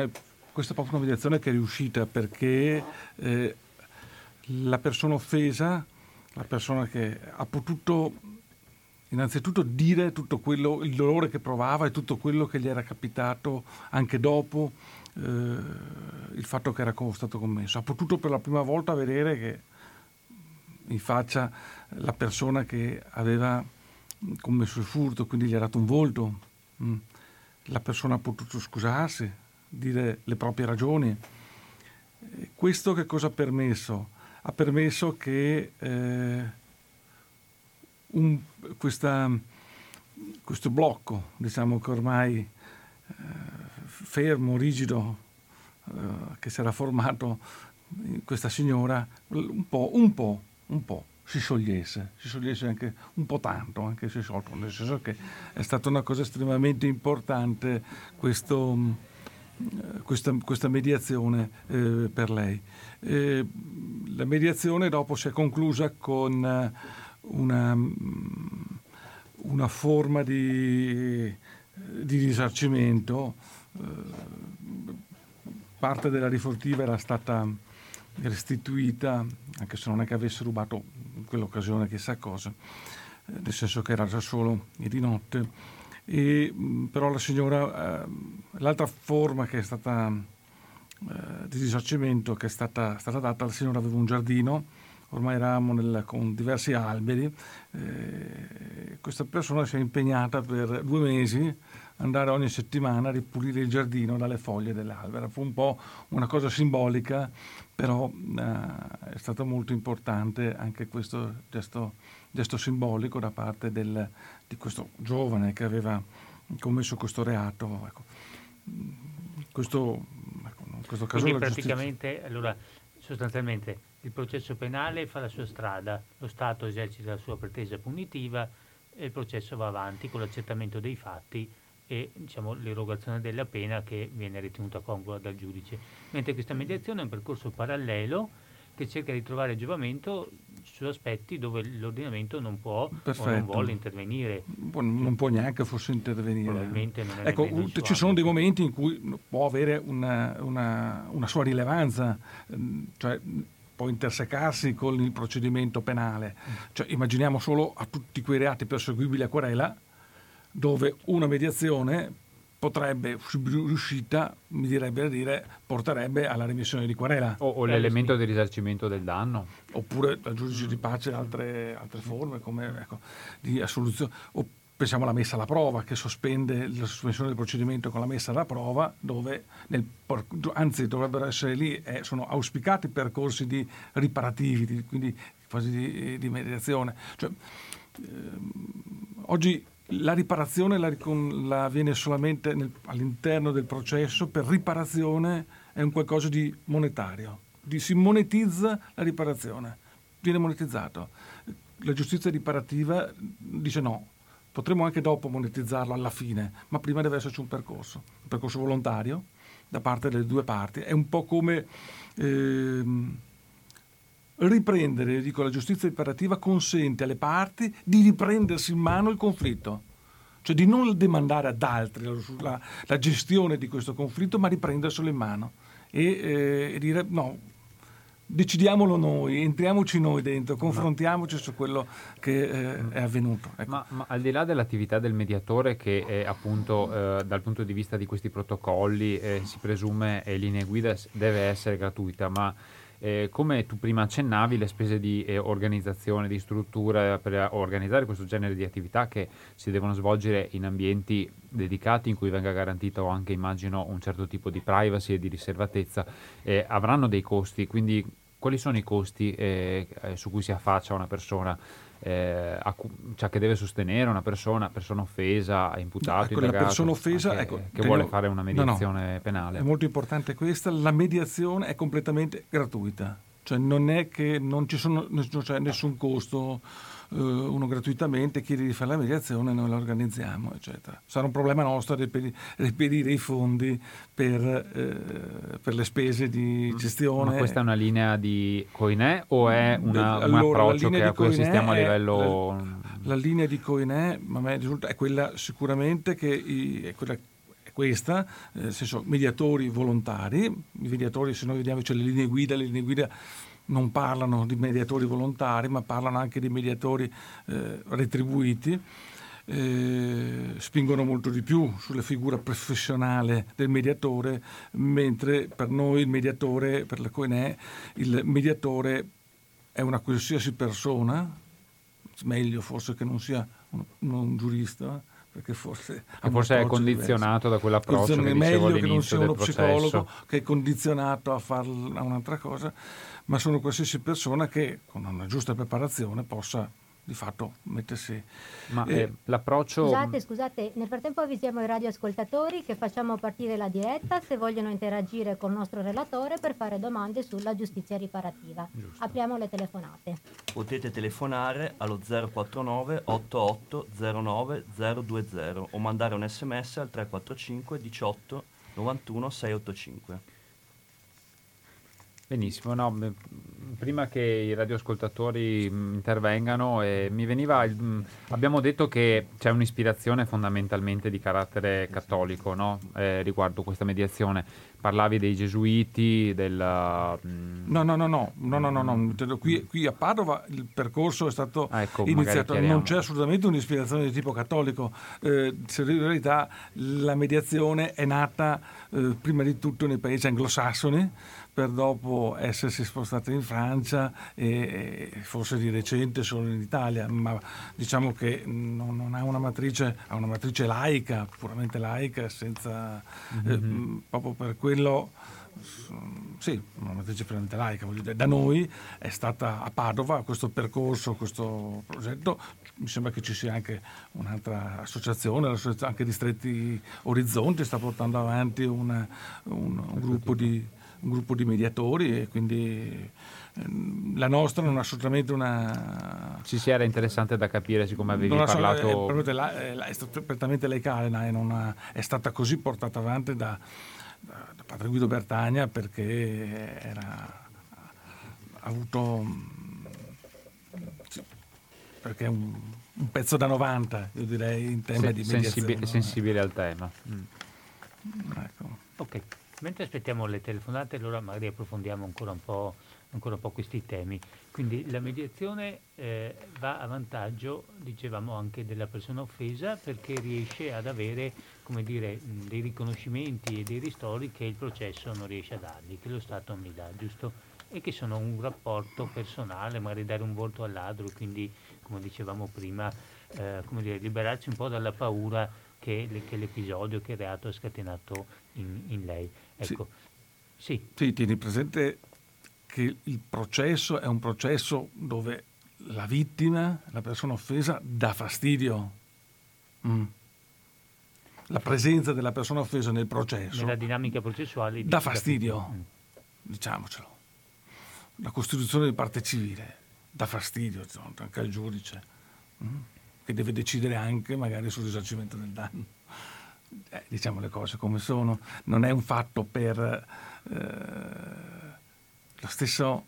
questa è proprio una mediazione che è riuscita, perché eh, la persona offesa, la persona che ha potuto innanzitutto dire tutto quello, il dolore che provava e tutto quello che gli era capitato anche dopo eh, il fatto che era stato commesso. Ha potuto per la prima volta vedere che in faccia la persona che aveva commesso il furto, quindi gli ha dato un volto. Mm. La persona ha potuto scusarsi, dire le proprie ragioni. E questo che cosa ha permesso? Ha permesso che eh, un, questa, questo blocco, diciamo che ormai eh, fermo, rigido, eh, che si era formato in questa signora, un po', un po', un po' si sciogliesse, si sciogliesse anche un po' tanto, anche se sciolto, nel senso che è stata una cosa estremamente importante questo, questa, questa mediazione eh, per lei. Eh, la mediazione dopo si è conclusa con una, una forma di, di risarcimento. Eh, parte della rifurtiva era stata restituita, anche se non è che avesse rubato in quell'occasione chissà cosa, eh, nel senso che era già solo di notte. E, però la signora, eh, l'altra forma che è stata eh, di risarcimento che è stata, stata data, la signora aveva un giardino, ormai eravamo nel, con diversi alberi, eh, questa persona si è impegnata per due mesi andare ogni settimana a ripulire il giardino dalle foglie dell'albero. Fu un po' una cosa simbolica, però eh, è stato molto importante anche questo gesto, gesto simbolico da parte del, di questo giovane che aveva commesso questo reato. Ecco. Questo, ecco, in questo caso Quindi la praticamente, giustizia... allora, sostanzialmente il processo penale fa la sua strada, lo Stato esercita la sua pretesa punitiva e il processo va avanti con l'accertamento dei fatti e, diciamo, l'erogazione della pena che viene ritenuta congrua dal giudice. Mentre questa mediazione è un percorso parallelo che cerca di trovare giovamento su aspetti dove l'ordinamento non può Perfetto. o non vuole intervenire. Non può neanche forse intervenire. Probabilmente non è ecco, nemmeno il suo ci sono dei ambito. momenti in cui può avere una, una, una sua rilevanza, cioè può intersecarsi con il procedimento penale. Cioè, immaginiamo solo a tutti quei reati perseguibili a querela, dove una mediazione potrebbe, riuscita, mi direbbe da dire, porterebbe alla remissione di querela. O, o l'elemento di risarcimento del danno. Oppure al giudice di pace altre, altre forme, come ecco, di assoluzione. O pensiamo alla messa alla prova, che sospende la sospensione del procedimento con la messa alla prova, dove, nel, anzi dovrebbero essere lì, eh, sono auspicati percorsi di riparativi, di, quindi quasi di, di mediazione. Cioè, ehm, oggi la riparazione la, la avviene solamente nel, all'interno del processo. Per riparazione è un qualcosa di monetario, di, si monetizza la riparazione, viene monetizzato. La giustizia riparativa dice no, potremmo anche dopo monetizzarlo alla fine, ma prima deve esserci un percorso, un percorso volontario da parte delle due parti. È un po' come ehm, riprendere, dico, la giustizia riparativa consente alle parti di riprendersi in mano il conflitto, cioè di non demandare ad altri la, la, la gestione di questo conflitto, ma riprenderselo in mano e, eh, e dire no, decidiamolo noi, entriamoci noi dentro, confrontiamoci su quello che eh, è avvenuto. Ecco. Ma, ma al di là dell'attività del mediatore, che è, appunto eh, dal punto di vista di questi protocolli eh, si presume e linee guida deve essere gratuita, ma Eh, come tu prima accennavi, le spese di eh, organizzazione, di struttura per organizzare questo genere di attività che si devono svolgere in ambienti dedicati in cui venga garantito anche, immagino, un certo tipo di privacy e di riservatezza, eh, avranno dei costi. Quindi quali sono i costi eh, su cui si affaccia una persona, eh, a, cioè che deve sostenere una persona, persona offesa, imputato, ecco, indagato, la persona offesa anche, ecco, che vuole io, fare una mediazione no, no, penale? È molto importante questa, la mediazione è completamente gratuita, cioè non è che non ci sono, non c'è nessun costo, eh, uno gratuitamente chiede di fare la mediazione, noi la organizziamo, eccetera. Sarà un problema nostro reperire i fondi per, eh, per le spese di gestione. Ma questa è una linea di Coinè o è una, allora, un approccio che a cui assistiamo a livello... La, la linea di Coinè, ma a me risulta, è quella sicuramente che i, è quella, è questa, eh, nel senso mediatori volontari. I mediatori, se noi vediamo c'è le linee guida, le linee guida non parlano di mediatori volontari, ma parlano anche di mediatori eh, retribuiti. Eh, spingono molto di più sulla figura professionale del mediatore, mentre per noi il mediatore, per la COINE, il mediatore è una qualsiasi persona, meglio forse che non sia un, un giurista, perché forse, che forse è condizionato diverso. Da quell'approccio che dicevo all'inizio del processo. Meglio che non sia uno psicologo che è condizionato a fare un'altra cosa, ma sono qualsiasi persona che con una giusta preparazione possa di fatto mettersi. Ma eh, l'approccio. Scusate, scusate, nel frattempo avvisiamo i radioascoltatori che facciamo partire la diretta se vogliono interagire con il nostro relatore per fare domande sulla giustizia riparativa. Giusto. Apriamo le telefonate. Potete telefonare allo zero quattro nove otto otto zero nove zero due zero o mandare un sms al tre quattro cinque diciotto novantuno seicentoottantacinque. Benissimo, no, prima che i radioascoltatori intervengano, eh, mi veniva, il, abbiamo detto che c'è un'ispirazione fondamentalmente di carattere cattolico, no? eh, riguardo questa mediazione. Parlavi dei gesuiti, del... Mm, no, no, no, no, no, no, no, no. Qui, qui a Padova il percorso è stato ah, ecco, iniziato, non c'è assolutamente un'ispirazione di tipo cattolico, eh, in realtà la mediazione è nata eh, prima di tutto nei paesi anglosassoni, per dopo essersi spostata in Francia e forse di recente solo in Italia, ma diciamo che non, non ha una matrice, ha una matrice laica, puramente laica, senza mm-hmm. eh, proprio per quello sì, una matrice puramente laica. Da noi è stata a Padova questo percorso, questo progetto. Mi sembra che ci sia anche un'altra associazione, l'associazione anche di Stretti Orizzonti sta portando avanti una, un, un gruppo di un gruppo di mediatori, e quindi la nostra non è assolutamente una... Ci si era interessante da capire, siccome avevi non parlato... È, è, è, è prettamente laicale, e non ha, è stata così portata avanti da, da, da padre Guido Bertagna, perché era ha avuto sì, perché è un, un pezzo da novanta, io direi, in tema Se, di mediazione. Sensibile, sensibile al tema. Mm. Ecco. Ok. Mentre aspettiamo le telefonate, allora magari approfondiamo ancora un po', ancora un po' questi temi. Quindi la mediazione eh, va a vantaggio, dicevamo, anche della persona offesa, perché riesce ad avere, come dire, dei riconoscimenti e dei ristori che il processo non riesce a dargli, che lo Stato non gli dà, giusto? E che sono un rapporto personale, magari dare un volto al ladro, quindi, come dicevamo prima, eh, come dire, liberarci un po' dalla paura che, che l'episodio, che il reato ha scatenato in, in lei. Ecco. Sì. Sì. Sì, tieni presente che il processo è un processo dove la vittima, la persona offesa, dà fastidio. Mm. La presenza della persona offesa nel processo, nella dinamica processuale, dà fastidio, mm. diciamocelo. La costituzione di parte civile dà fastidio anche al giudice, mm. che deve decidere anche magari sul risarcimento del danno. Eh, diciamo le cose come sono, non è un fatto per eh, lo stesso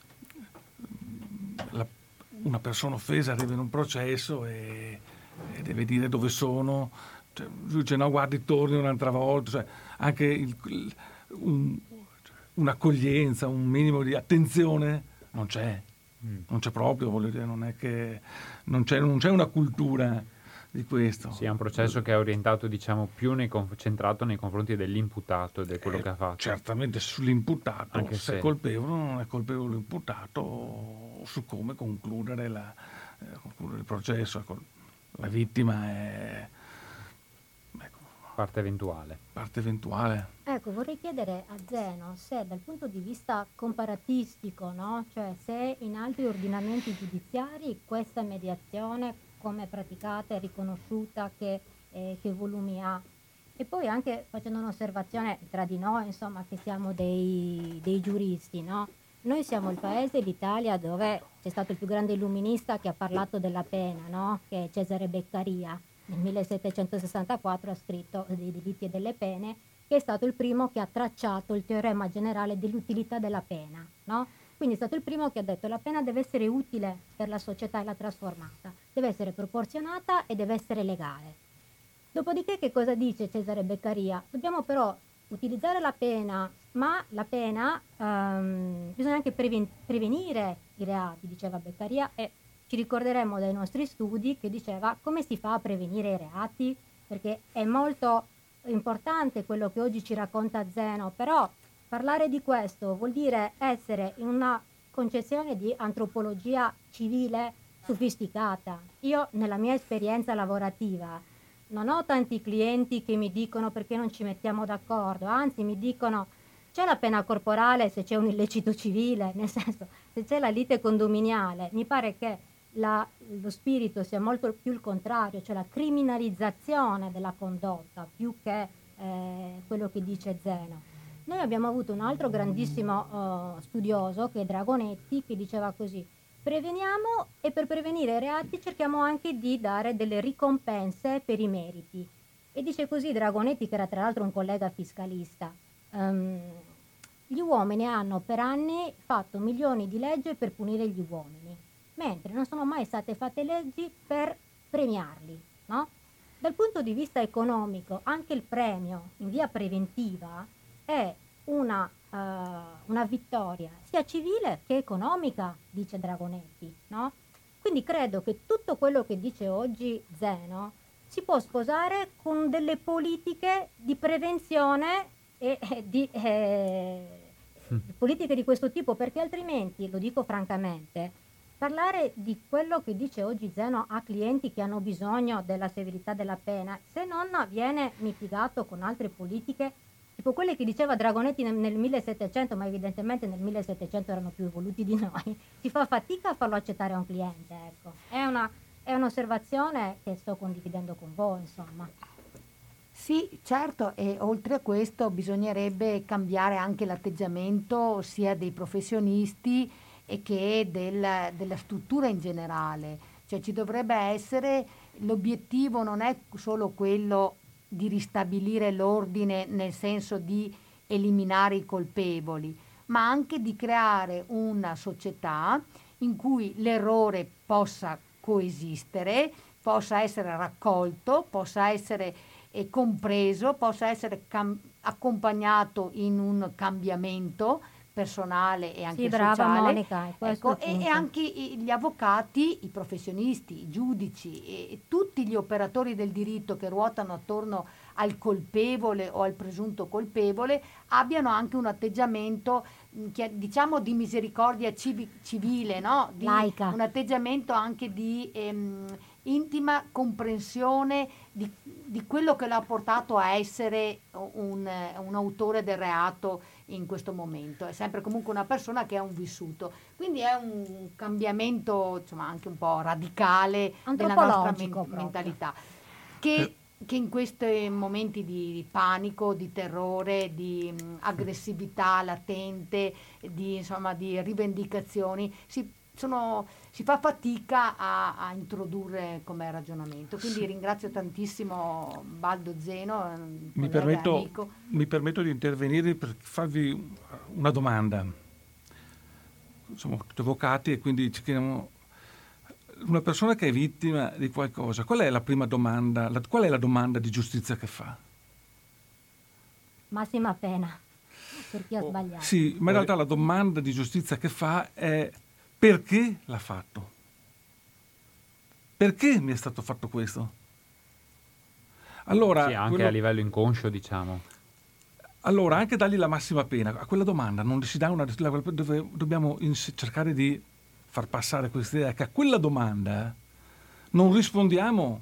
la, una persona offesa arriva in un processo e, e deve dire dove sono, cioè, giudice no, guardi, torni un'altra volta, cioè, anche il, il, un, un'accoglienza, un minimo di attenzione non c'è, mm. non c'è proprio, voglio dire, non è che non c'è, non c'è una cultura di questo. Sì, è un processo che è orientato, diciamo, più nei, centrato nei confronti dell'imputato e di quello eh, che ha fatto. Certamente sull'imputato, anche se, se è colpevole o non è colpevole l'imputato, o su come concludere, la, eh, concludere il processo. La vittima è ecco, parte eventuale. Parte eventuale. Ecco, vorrei chiedere a Zeno se dal punto di vista comparatistico, no? Cioè se in altri ordinamenti giudiziari questa mediazione come è praticata, è riconosciuta, che, eh, che volumi ha. E poi anche facendo un'osservazione tra di noi, insomma, che siamo dei, dei giuristi, no? Noi siamo il paese, l'Italia, dove c'è stato il più grande illuminista che ha parlato della pena, no? Che è Cesare Beccaria. Nel millesettecentosessantaquattro ha scritto dei delitti e delle pene, che è stato il primo che ha tracciato il teorema generale dell'utilità della pena, no? Quindi è stato il primo che ha detto che la pena deve essere utile per la società e l'ha trasformata, deve essere proporzionata e deve essere legale. Dopodiché che cosa dice Cesare Beccaria? Dobbiamo però utilizzare la pena, ma la pena ehm, bisogna anche preven- prevenire i reati, diceva Beccaria, e ci ricorderemo dai nostri studi che diceva come si fa a prevenire i reati, perché è molto importante quello che oggi ci racconta Zeno, però parlare di questo vuol dire essere in una concezione di antropologia civile sofisticata. Io nella mia esperienza lavorativa non ho tanti clienti che mi dicono perché non ci mettiamo d'accordo, anzi mi dicono c'è la pena corporale se c'è un illecito civile, nel senso se c'è la lite condominiale, mi pare che la, lo spirito sia molto più il contrario, cioè la criminalizzazione della condotta più che eh, quello che dice Zeno. Noi abbiamo avuto un altro grandissimo uh, studioso che è Dragonetti che diceva così: preveniamo e per prevenire i reati cerchiamo anche di dare delle ricompense per i meriti. E dice così Dragonetti, che era tra l'altro un collega fiscalista, um, gli uomini hanno per anni fatto milioni di leggi per punire gli uomini, mentre non sono mai state fatte leggi per premiarli, no? Dal punto di vista economico, anche il premio in via preventiva è una, uh, una vittoria sia civile che economica, dice Dragonetti, no? Quindi credo che tutto quello che dice oggi Zeno si può sposare con delle politiche di prevenzione e, e di eh, politiche di questo tipo, perché altrimenti, lo dico francamente, parlare di quello che dice oggi Zeno a clienti che hanno bisogno della severità della pena, se non viene mitigato con altre politiche tipo quelle che diceva Dragonetti nel, nel millesettecento, ma evidentemente nel millesettecento erano più evoluti di noi, si fa fatica a farlo accettare a un cliente, ecco. È una, è un'osservazione che sto condividendo con voi, insomma. Sì, certo, e oltre a questo bisognerebbe cambiare anche l'atteggiamento sia dei professionisti e che del, della struttura in generale. Cioè ci dovrebbe essere, l'obiettivo non è solo quello di ristabilire l'ordine nel senso di eliminare i colpevoli, ma anche di creare una società in cui l'errore possa coesistere, possa essere raccolto, possa essere eh, compreso, possa essere cam- accompagnato in un cambiamento personale e anche sì, brava sociale. Monica, Ecco, e, e anche i, gli avvocati, i professionisti, i giudici e, e tutti gli operatori del diritto che ruotano attorno al colpevole o al presunto colpevole abbiano anche un atteggiamento mh, che, diciamo di misericordia civi- civile, no? Di, laica. Un atteggiamento anche di ehm, intima comprensione di, di quello che l'ha portato a essere un, un autore del reato in questo momento. È sempre comunque una persona che ha un vissuto. Quindi è un cambiamento, insomma, anche un po' radicale della nostra men- mentalità. Che, che in questi momenti di panico, di terrore, di mh, aggressività latente, di, insomma, di rivendicazioni, si Sono, si fa fatica a, a introdurre come ragionamento. Quindi ringrazio tantissimo Baldo Zeno, mi permetto, mi permetto di intervenire per farvi una domanda. Siamo tutti avvocati e quindi ci chiediamo, una persona che è vittima di qualcosa, qual è la prima domanda, la, qual è la domanda di giustizia che fa? Massima pena per chi ha sbagliato. Sì, ma in realtà la domanda di giustizia che fa è: perché l'ha fatto? Perché mi è stato fatto questo? Allora, sì, anche quello, a livello inconscio, diciamo. Allora, anche dargli la massima pena. A quella domanda non si dà una risposta, dove dobbiamo ins- cercare di far passare questa idea che a quella domanda non rispondiamo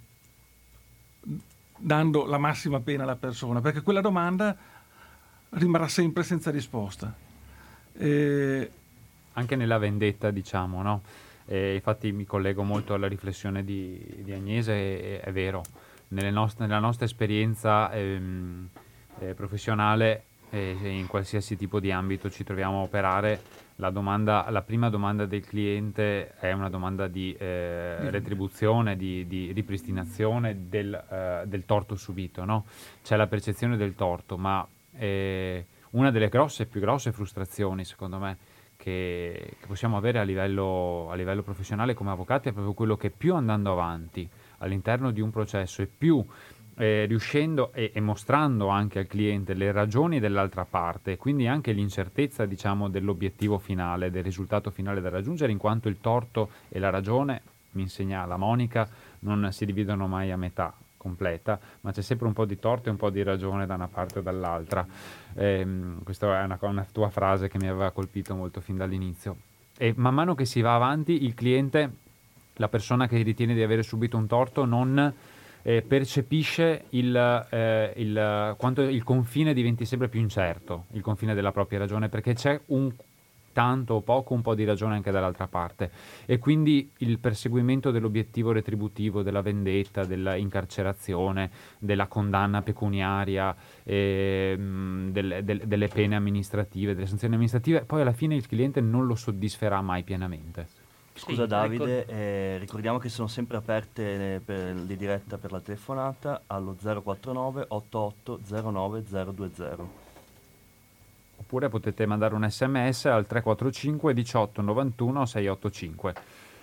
dando la massima pena alla persona, perché quella domanda rimarrà sempre senza risposta. E anche nella vendetta, diciamo, no? E infatti mi collego molto alla riflessione di, di Agnese, è, è vero, nelle nostre, nella nostra esperienza ehm, eh, professionale, eh, in qualsiasi tipo di ambito ci troviamo a operare, la, domanda, la prima domanda del cliente è una domanda di eh, retribuzione, di, di ripristinazione del, eh, del torto subito, no? C'è la percezione del torto, ma eh, una delle grosse, più grosse frustrazioni, secondo me, Che, che possiamo avere a livello, a livello professionale come avvocati è proprio quello che più andando avanti all'interno di un processo e più eh, riuscendo e, e mostrando anche al cliente le ragioni dell'altra parte, quindi anche l'incertezza, diciamo, dell'obiettivo finale, del risultato finale da raggiungere, in quanto il torto e la ragione, mi insegna la Monica, non si dividono mai a metà completa, ma c'è sempre un po' di torto e un po' di ragione da una parte o dall'altra. Ehm, questa è una, una tua frase che mi aveva colpito molto fin dall'inizio. E man mano che si va avanti, il cliente, la persona che ritiene di avere subito un torto, non eh, percepisce il, eh, il, quanto il confine diventi sempre più incerto, il confine della propria ragione, perché c'è un tanto o poco un po' di ragione anche dall'altra parte, e quindi il perseguimento dell'obiettivo retributivo, della vendetta, dell'incarcerazione, della condanna pecuniaria, eh, delle, del, delle pene amministrative, delle sanzioni amministrative, poi alla fine il cliente non lo soddisferà mai pienamente. Scusa Sì, Davide, ricor- eh, ricordiamo che sono sempre aperte le, per, di diretta per la telefonata allo zero quattro nove otto otto zero nove zero due zero. Oppure potete mandare un sms al tre quattro cinque diciotto novantuno seicentoottantacinque.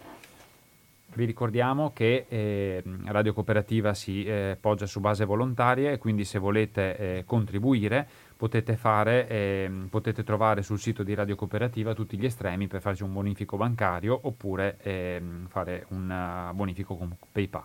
Vi ricordiamo che eh, Radio Cooperativa si eh, poggia su base volontaria, e quindi se volete eh, contribuire potete fare, eh, potete trovare sul sito di Radio Cooperativa tutti gli estremi per farci un bonifico bancario, oppure eh, fare un uh, bonifico con PayPal.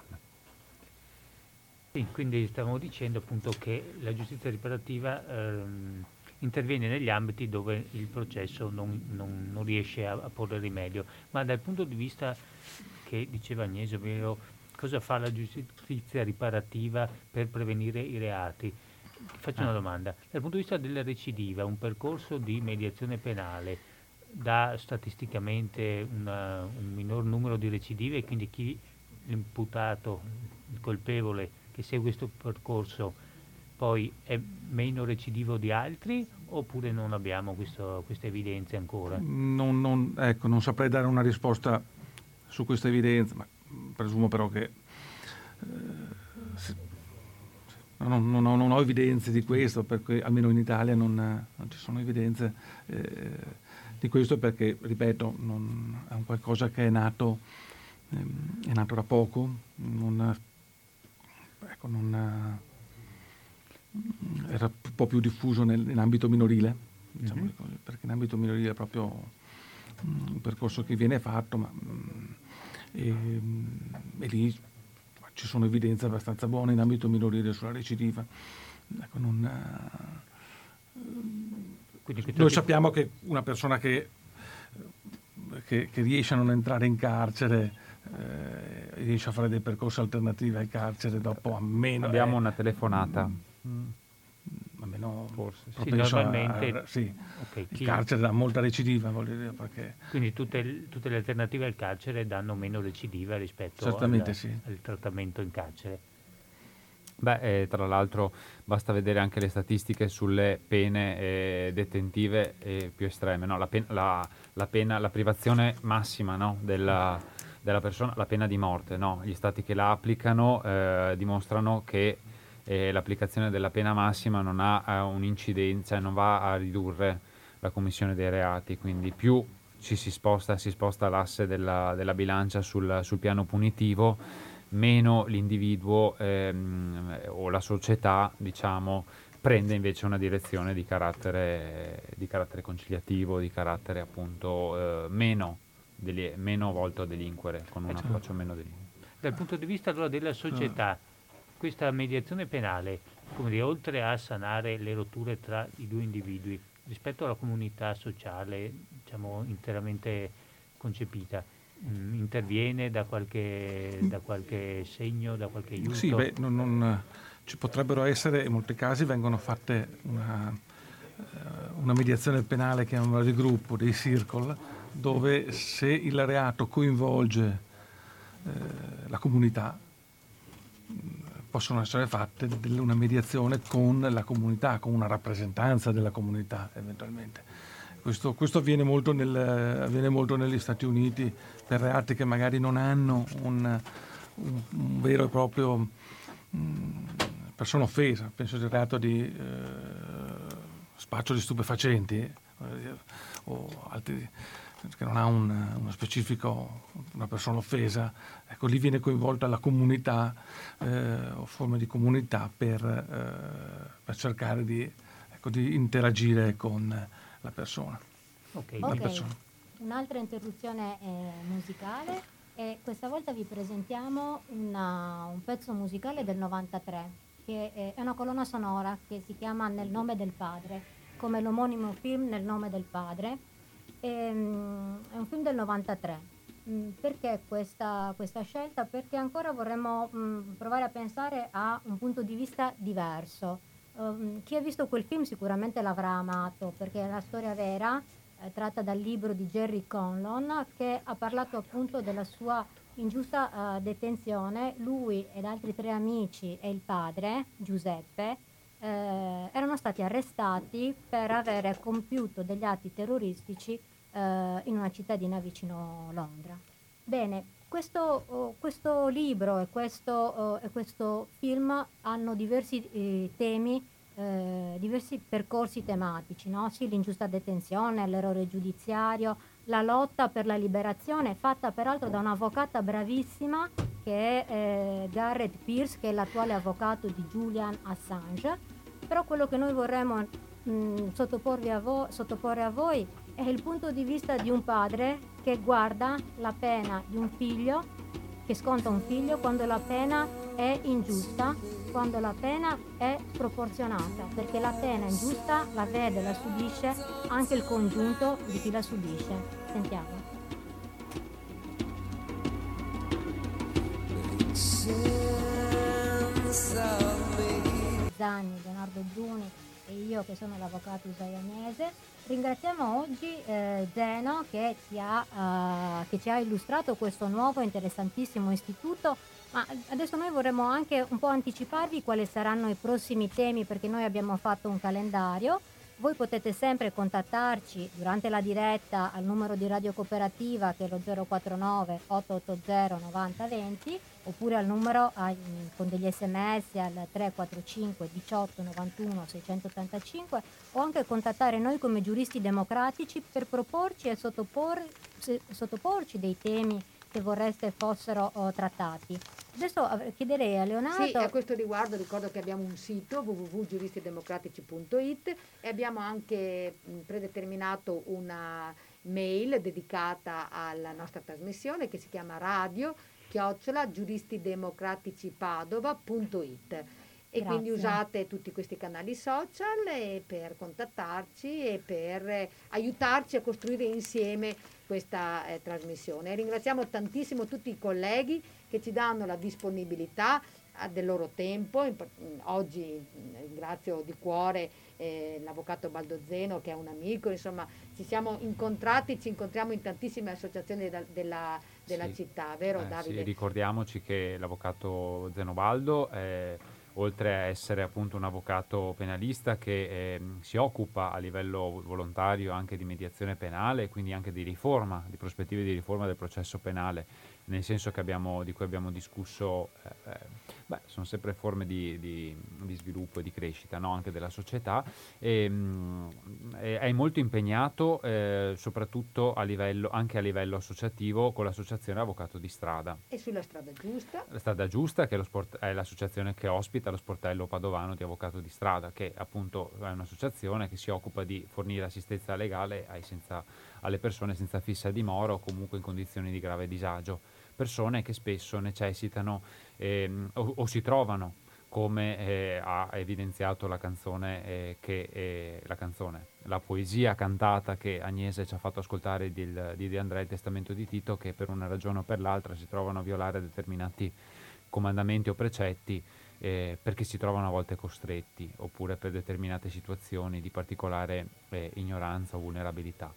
Sì, quindi stavamo dicendo appunto che la giustizia riparativa ehm, interviene negli ambiti dove il processo non, non- non riesce a, a porre rimedio, ma dal punto di vista che diceva Agnese, ovvero cosa fa la giustizia riparativa per prevenire i reati. Faccio una Ah. domanda. Dal punto di vista della recidiva, un percorso di mediazione penale dà statisticamente una- un minor numero di recidive, e quindi chi l'imputato, il colpevole che segue questo percorso poi è meno recidivo di altri, oppure non abbiamo questo- queste evidenze ancora? Non, non- ecco, non saprei dare una risposta su questa evidenza, ma mh, presumo però che eh, se- non, non ho, non ho evidenze di questo, perché almeno in Italia non, non ci sono evidenze eh, di questo, perché, ripeto, non, è un qualcosa che è nato, ehm, è nato da poco, non, ecco, non, era un po' più diffuso nel- in ambito minorile, diciamo Mhm. così, perché in ambito minorile è proprio mm, un percorso che viene fatto, ma mm, e, mm, e lì ci sono evidenze abbastanza buone in ambito minorile sulla recidiva. Ecco, non, eh, Quindi questo noi ti- sappiamo che una persona che, che- che riesce a non entrare in carcere, eh, riesce a fare dei percorsi alternativi al carcere dopo almeno... Abbiamo eh, una telefonata. almeno Forse, sì. Sì, propenso a- normalmente- a- sì. ok, Il chi- carcere dà molta recidiva, voglio dire, perché Quindi tutte, tutte le alternative al carcere danno meno recidiva rispetto Certamente al, sì. al trattamento in carcere. Beh, eh, tra l'altro basta vedere anche le statistiche sulle pene eh, detentive eh, più estreme, no? La, pen- la- la pena, la privazione massima, no? della, della persona, la pena di morte, no? Gli stati che la applicano eh, dimostrano che eh, l'applicazione della pena massima non ha eh, un'incidenza, non va a ridurre la commissione dei reati, quindi più ci si sposta, si sposta l'asse della, della bilancia sul, sul piano punitivo, meno l'individuo ehm, o la società, diciamo, prende invece una direzione di carattere, di carattere conciliativo, di carattere appunto eh, meno, deli- meno volto a delinquere, con un certo. approccio meno delinquere. Dal punto di vista allora della società, questa mediazione penale, come dire, oltre a sanare le rotture tra i due individui, rispetto alla comunità sociale, diciamo, interamente concepita, mh, interviene da qualche, da qualche segno, da qualche aiuto? sì, beh, non- non- ci potrebbero essere, in molti casi vengono fatte una, eh, una mediazione penale, chiamiamola di gruppo, dei circle, dove se il reato coinvolge eh, la comunità, mh, possono essere fatte delle- una mediazione con la comunità, con una rappresentanza della comunità eventualmente. Questo, questo avviene, molto nel, avviene molto negli Stati Uniti per reati che magari non hanno un, un- un vero e proprio mh, persona offesa. Penso al reato di eh, spaccio di stupefacenti eh, o altri, che non ha un, uno specifico, una persona offesa, ecco, lì viene coinvolta la comunità eh, o forme di comunità per, eh, per cercare di, ecco, di interagire con la persona. Ok, La Ok, persona. un'altra interruzione eh, musicale e questa volta vi presentiamo una- un pezzo musicale del novantatré che è, è una colonna sonora che si chiama Nel nome del padre, come l'omonimo film Nel nome del padre. Ehm, è un film del novantatré. Mm, perché questa, questa scelta? Perché ancora vorremmo mm, provare a pensare a un punto di vista diverso. Um, chi ha visto quel film sicuramente l'avrà amato perché è la storia vera, eh, tratta dal libro di Jerry Conlon, che ha parlato appunto della sua ingiusta eh, detenzione. Lui ed altri tre amici e il padre, Giuseppe, eh, erano stati arrestati per avere compiuto degli atti terroristici eh, in una cittadina vicino Londra. Bene, questo, oh, questo libro e questo, oh, e questo film hanno diversi eh, temi, eh, diversi percorsi tematici, no? Sì, l'ingiusta detenzione, l'errore giudiziario, la lotta per la liberazione, fatta peraltro da un'avvocata bravissima che è eh, Garrett Pierce, che è l'attuale avvocato di Julian Assange. Però quello che noi vorremmo mh, sottoporvi a vo- sottoporre a voi è il punto di vista di un padre che guarda la pena di un figlio, che sconta un figlio quando la pena è ingiusta, quando la pena è sproporzionata, perché la pena ingiusta la vede, la subisce anche il congiunto di chi la subisce. Sentiamo. Zanni, Leonardo Giuni e io che sono l'avvocato isaianese. Ringraziamo oggi eh, Zeno che ci, ha, eh, che ci ha illustrato questo nuovo interessantissimo istituto, ma adesso noi vorremmo anche un po' anticiparvi quali saranno i prossimi temi perché noi abbiamo fatto un calendario. Voi potete sempre contattarci durante la diretta al numero di Radio Cooperativa che è lo zero quattro nove otto otto zero nove zero due zero oppure al numero ah, con degli sms al tre quattro cinque diciotto novantuno seicentottantacinque o anche contattare noi come giuristi democratici per proporci e sottopor, se, sottoporci dei temi che vorreste fossero oh, trattati. Adesso eh, chiederei a Leonardo... Sì, a questo riguardo ricordo che abbiamo un sito w w w punto giuristidemocratici punto i t e abbiamo anche mh, predeterminato una mail dedicata alla nostra trasmissione che si chiama radio chiocciola giuristidemocratici-padova punto i t e Grazie. quindi usate tutti questi canali social e per contattarci e per eh, aiutarci a costruire insieme questa eh, trasmissione. Ringraziamo tantissimo tutti i colleghi che ci danno la disponibilità eh, del loro tempo. In, oggi mh, ringrazio di cuore eh, l'avvocato Baldo Zeno che è un amico, insomma ci siamo incontrati, ci incontriamo in tantissime associazioni da, della, della Sì. città, vero Eh, Davide? sì, ricordiamoci che l'avvocato Zenobaldo è, oltre a essere appunto un avvocato penalista che eh, si occupa a livello volontario anche di mediazione penale, quindi anche di riforma, di prospettive di riforma del processo penale, nel senso che abbiamo, di cui abbiamo discusso, eh, eh, beh, sono sempre forme di, di, di sviluppo e di crescita, no? Anche della società, e, mh, è, è molto impegnato eh, soprattutto a livello, anche a livello associativo con l'associazione Avvocato di Strada. E sulla strada giusta? La Strada Giusta, che è, lo sport, è l'associazione che ospita lo sportello padovano di Avvocato di Strada, che appunto è un'associazione che si occupa di fornire assistenza legale ai senza, alle persone senza fissa dimora o comunque in condizioni di grave disagio, persone che spesso necessitano ehm, o, o si trovano, come eh, ha evidenziato la canzone, eh, che, eh, la canzone, la poesia cantata che Agnese ci ha fatto ascoltare di, di De André, il testamento di Tito, che per una ragione o per l'altra si trovano a violare determinati comandamenti o precetti eh, perché si trovano a volte costretti oppure per determinate situazioni di particolare eh, ignoranza o vulnerabilità.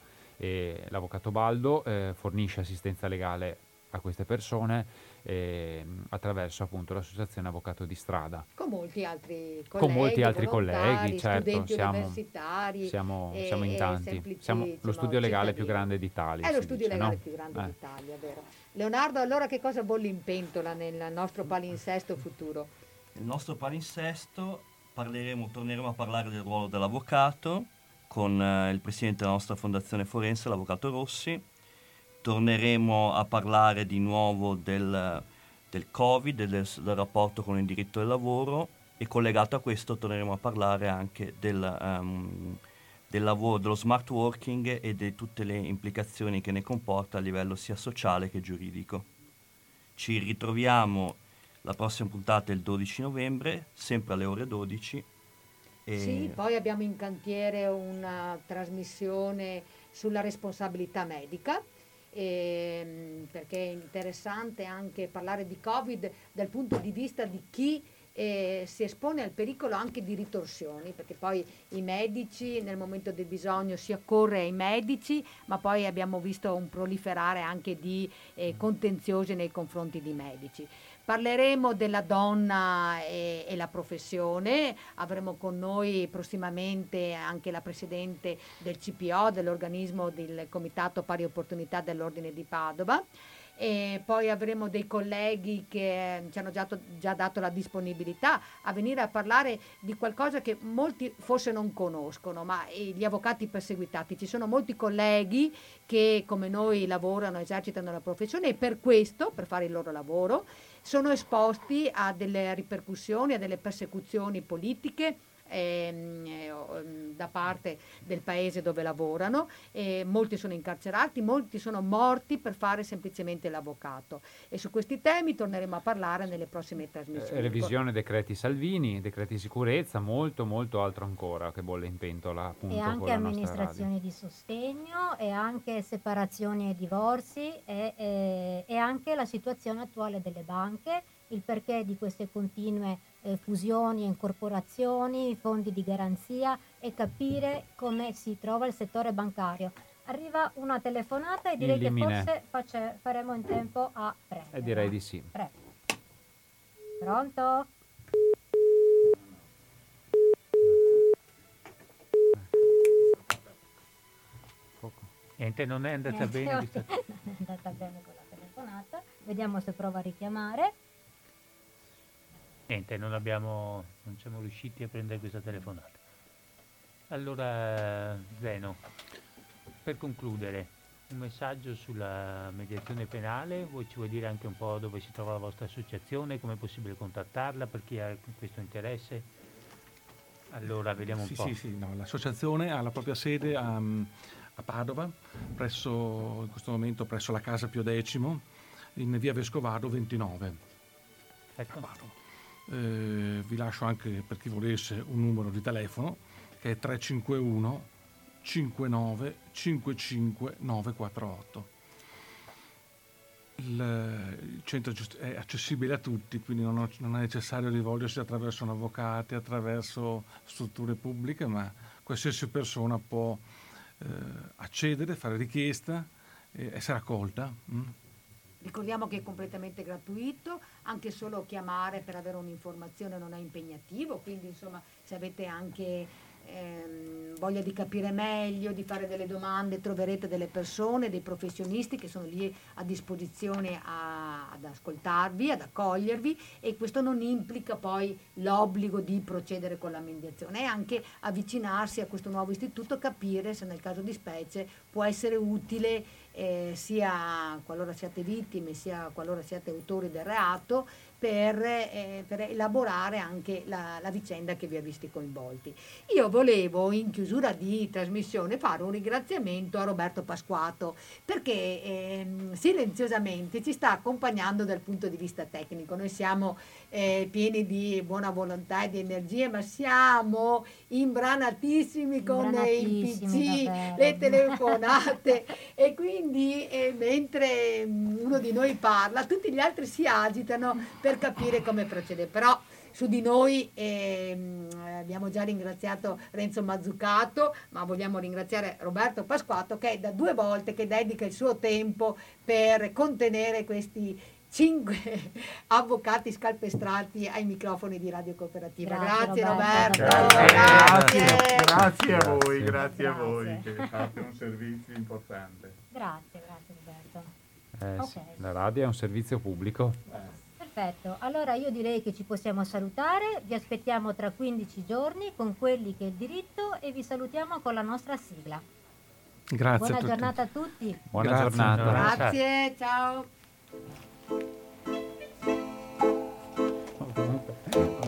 E l'avvocato Baldo eh, fornisce assistenza legale a queste persone eh, attraverso appunto l'associazione Avvocato di Strada. Con molti altri colleghi, Con molti altri volontari, colleghi, certo, studenti siamo, universitari. siamo, e- siamo in e tanti. semplici, Siamo lo insomma, studio legale più cittadini. grande d'Italia. È lo si studio dice, legale no? più grande Eh. d'Italia, vero? Leonardo, allora che cosa bolli in pentola nel nostro palinsesto futuro? Nel nostro palinsesto parleremo, torneremo a parlare del ruolo dell'avvocato con eh, il presidente della nostra fondazione forense, l'avvocato Rossi, torneremo a parlare di nuovo del, del Covid, del, del rapporto con il diritto del lavoro, e collegato a questo torneremo a parlare anche del, um, del lavoro, dello smart working e di tutte le implicazioni che ne comporta a livello sia sociale che giuridico. Ci ritroviamo la prossima puntata il dodici novembre, sempre alle ore dodici. E Sì, poi abbiamo in cantiere una trasmissione sulla responsabilità medica, ehm, perché è interessante anche parlare di Covid dal punto di vista di chi eh, si espone al pericolo anche di ritorsioni, perché poi i medici nel momento del bisogno si accorre ai medici, ma poi abbiamo visto un proliferare anche di eh, contenziosi nei confronti di medici. Parleremo della donna e, e la professione, avremo con noi prossimamente anche la presidente del C P O, dell'organismo del Comitato Pari Opportunità dell'Ordine di Padova, e poi avremo dei colleghi che ci hanno già, già dato la disponibilità a venire a parlare di qualcosa che molti forse non conoscono, ma gli avvocati perseguitati. Ci sono molti colleghi che come noi lavorano, esercitano la professione e per questo, per fare il loro lavoro, sono esposti a delle ripercussioni, a delle persecuzioni politiche ehm, eh, da parte del paese dove lavorano, e molti sono incarcerati, molti sono morti per fare semplicemente l'avvocato, e su questi temi torneremo a parlare nelle prossime trasmissioni. Eh, revisione decreti Salvini, decreti sicurezza, molto molto altro ancora che bolle in pentola, appunto, E con anche la nostra radio. amministrazioni di sostegno, e anche separazioni e divorzi, e, e, e anche la situazione attuale delle banche, il perché di queste continue eh, fusioni e incorporazioni, fondi di garanzia, e capire come si trova il settore bancario. Arriva una telefonata e direi In che limine. forse face- faremo in tempo a prendere. Eh, direi di sì. Prego. Pronto? Poco. Niente, non è andata Niente, bene oggi questa... non è andata bene con la telefonata. Vediamo se prova a richiamare. Niente, non abbiamo, non siamo riusciti a prendere questa telefonata. Allora, Zeno, per concludere, un messaggio sulla mediazione penale. Voi ci vuoi dire anche un po' dove si trova la vostra associazione, come è possibile contattarla per chi ha questo interesse? Allora, vediamo un Sì, po'. sì, sì, no, l'associazione ha la propria sede a, a Padova, presso, in questo momento presso la Casa Pio X, in via Vescovado ventinove. Ecco. A Padova. Eh, vi lascio anche, per chi volesse, un numero di telefono che è tre cinque uno cinquantanove cinquantacinque novecentoquarantotto. Il, il centro è accessibile a tutti, quindi non, ho, non è necessario rivolgersi attraverso un avvocato, attraverso strutture pubbliche, ma qualsiasi persona può eh, accedere, fare richiesta e essere accolta. Mm? Ricordiamo che è completamente gratuito, anche solo chiamare per avere un'informazione non è impegnativo, quindi insomma se avete anche ehm, voglia di capire meglio, di fare delle domande, troverete delle persone, dei professionisti che sono lì a disposizione a, ad ascoltarvi, ad accogliervi, e questo non implica poi l'obbligo di procedere con la mediazione, è anche avvicinarsi a questo nuovo istituto, capire se nel caso di specie può essere utile Eh, sia qualora siate vittime sia qualora siate autori del reato, per, eh, per elaborare anche la, la vicenda che vi ha visti coinvolti. Io volevo in chiusura di trasmissione fare un ringraziamento a Roberto Pasquato, perché ehm, silenziosamente ci sta accompagnando dal punto di vista tecnico. Noi siamo eh, pieni di buona volontà e di energie, ma siamo imbranatissimi con il P C, davvero. le telefonate e quindi eh, mentre mm, uno di noi parla tutti gli altri si agitano per capire come procedere. Però su di noi ehm, abbiamo già ringraziato Renzo Mazzucato, ma vogliamo ringraziare Roberto Pasquato, che è da due volte che dedica il suo tempo per contenere questi cinque avvocati scalpestrati ai microfoni di Radio Cooperativa. Grazie, Grazie, Roberto. Roberto. Grazie. Grazie, grazie a voi, Grazie. grazie a voi Grazie. che fate un servizio importante. Grazie, grazie Roberto. Eh, Ok. sì, la radio è un servizio pubblico. Perfetto, allora io direi che ci possiamo salutare, vi aspettiamo tra quindici giorni con quelli che è il diritto, e vi salutiamo con la nostra sigla. Grazie Buona a tutti. giornata a tutti. Buona Grazie. giornata. Grazie, ciao.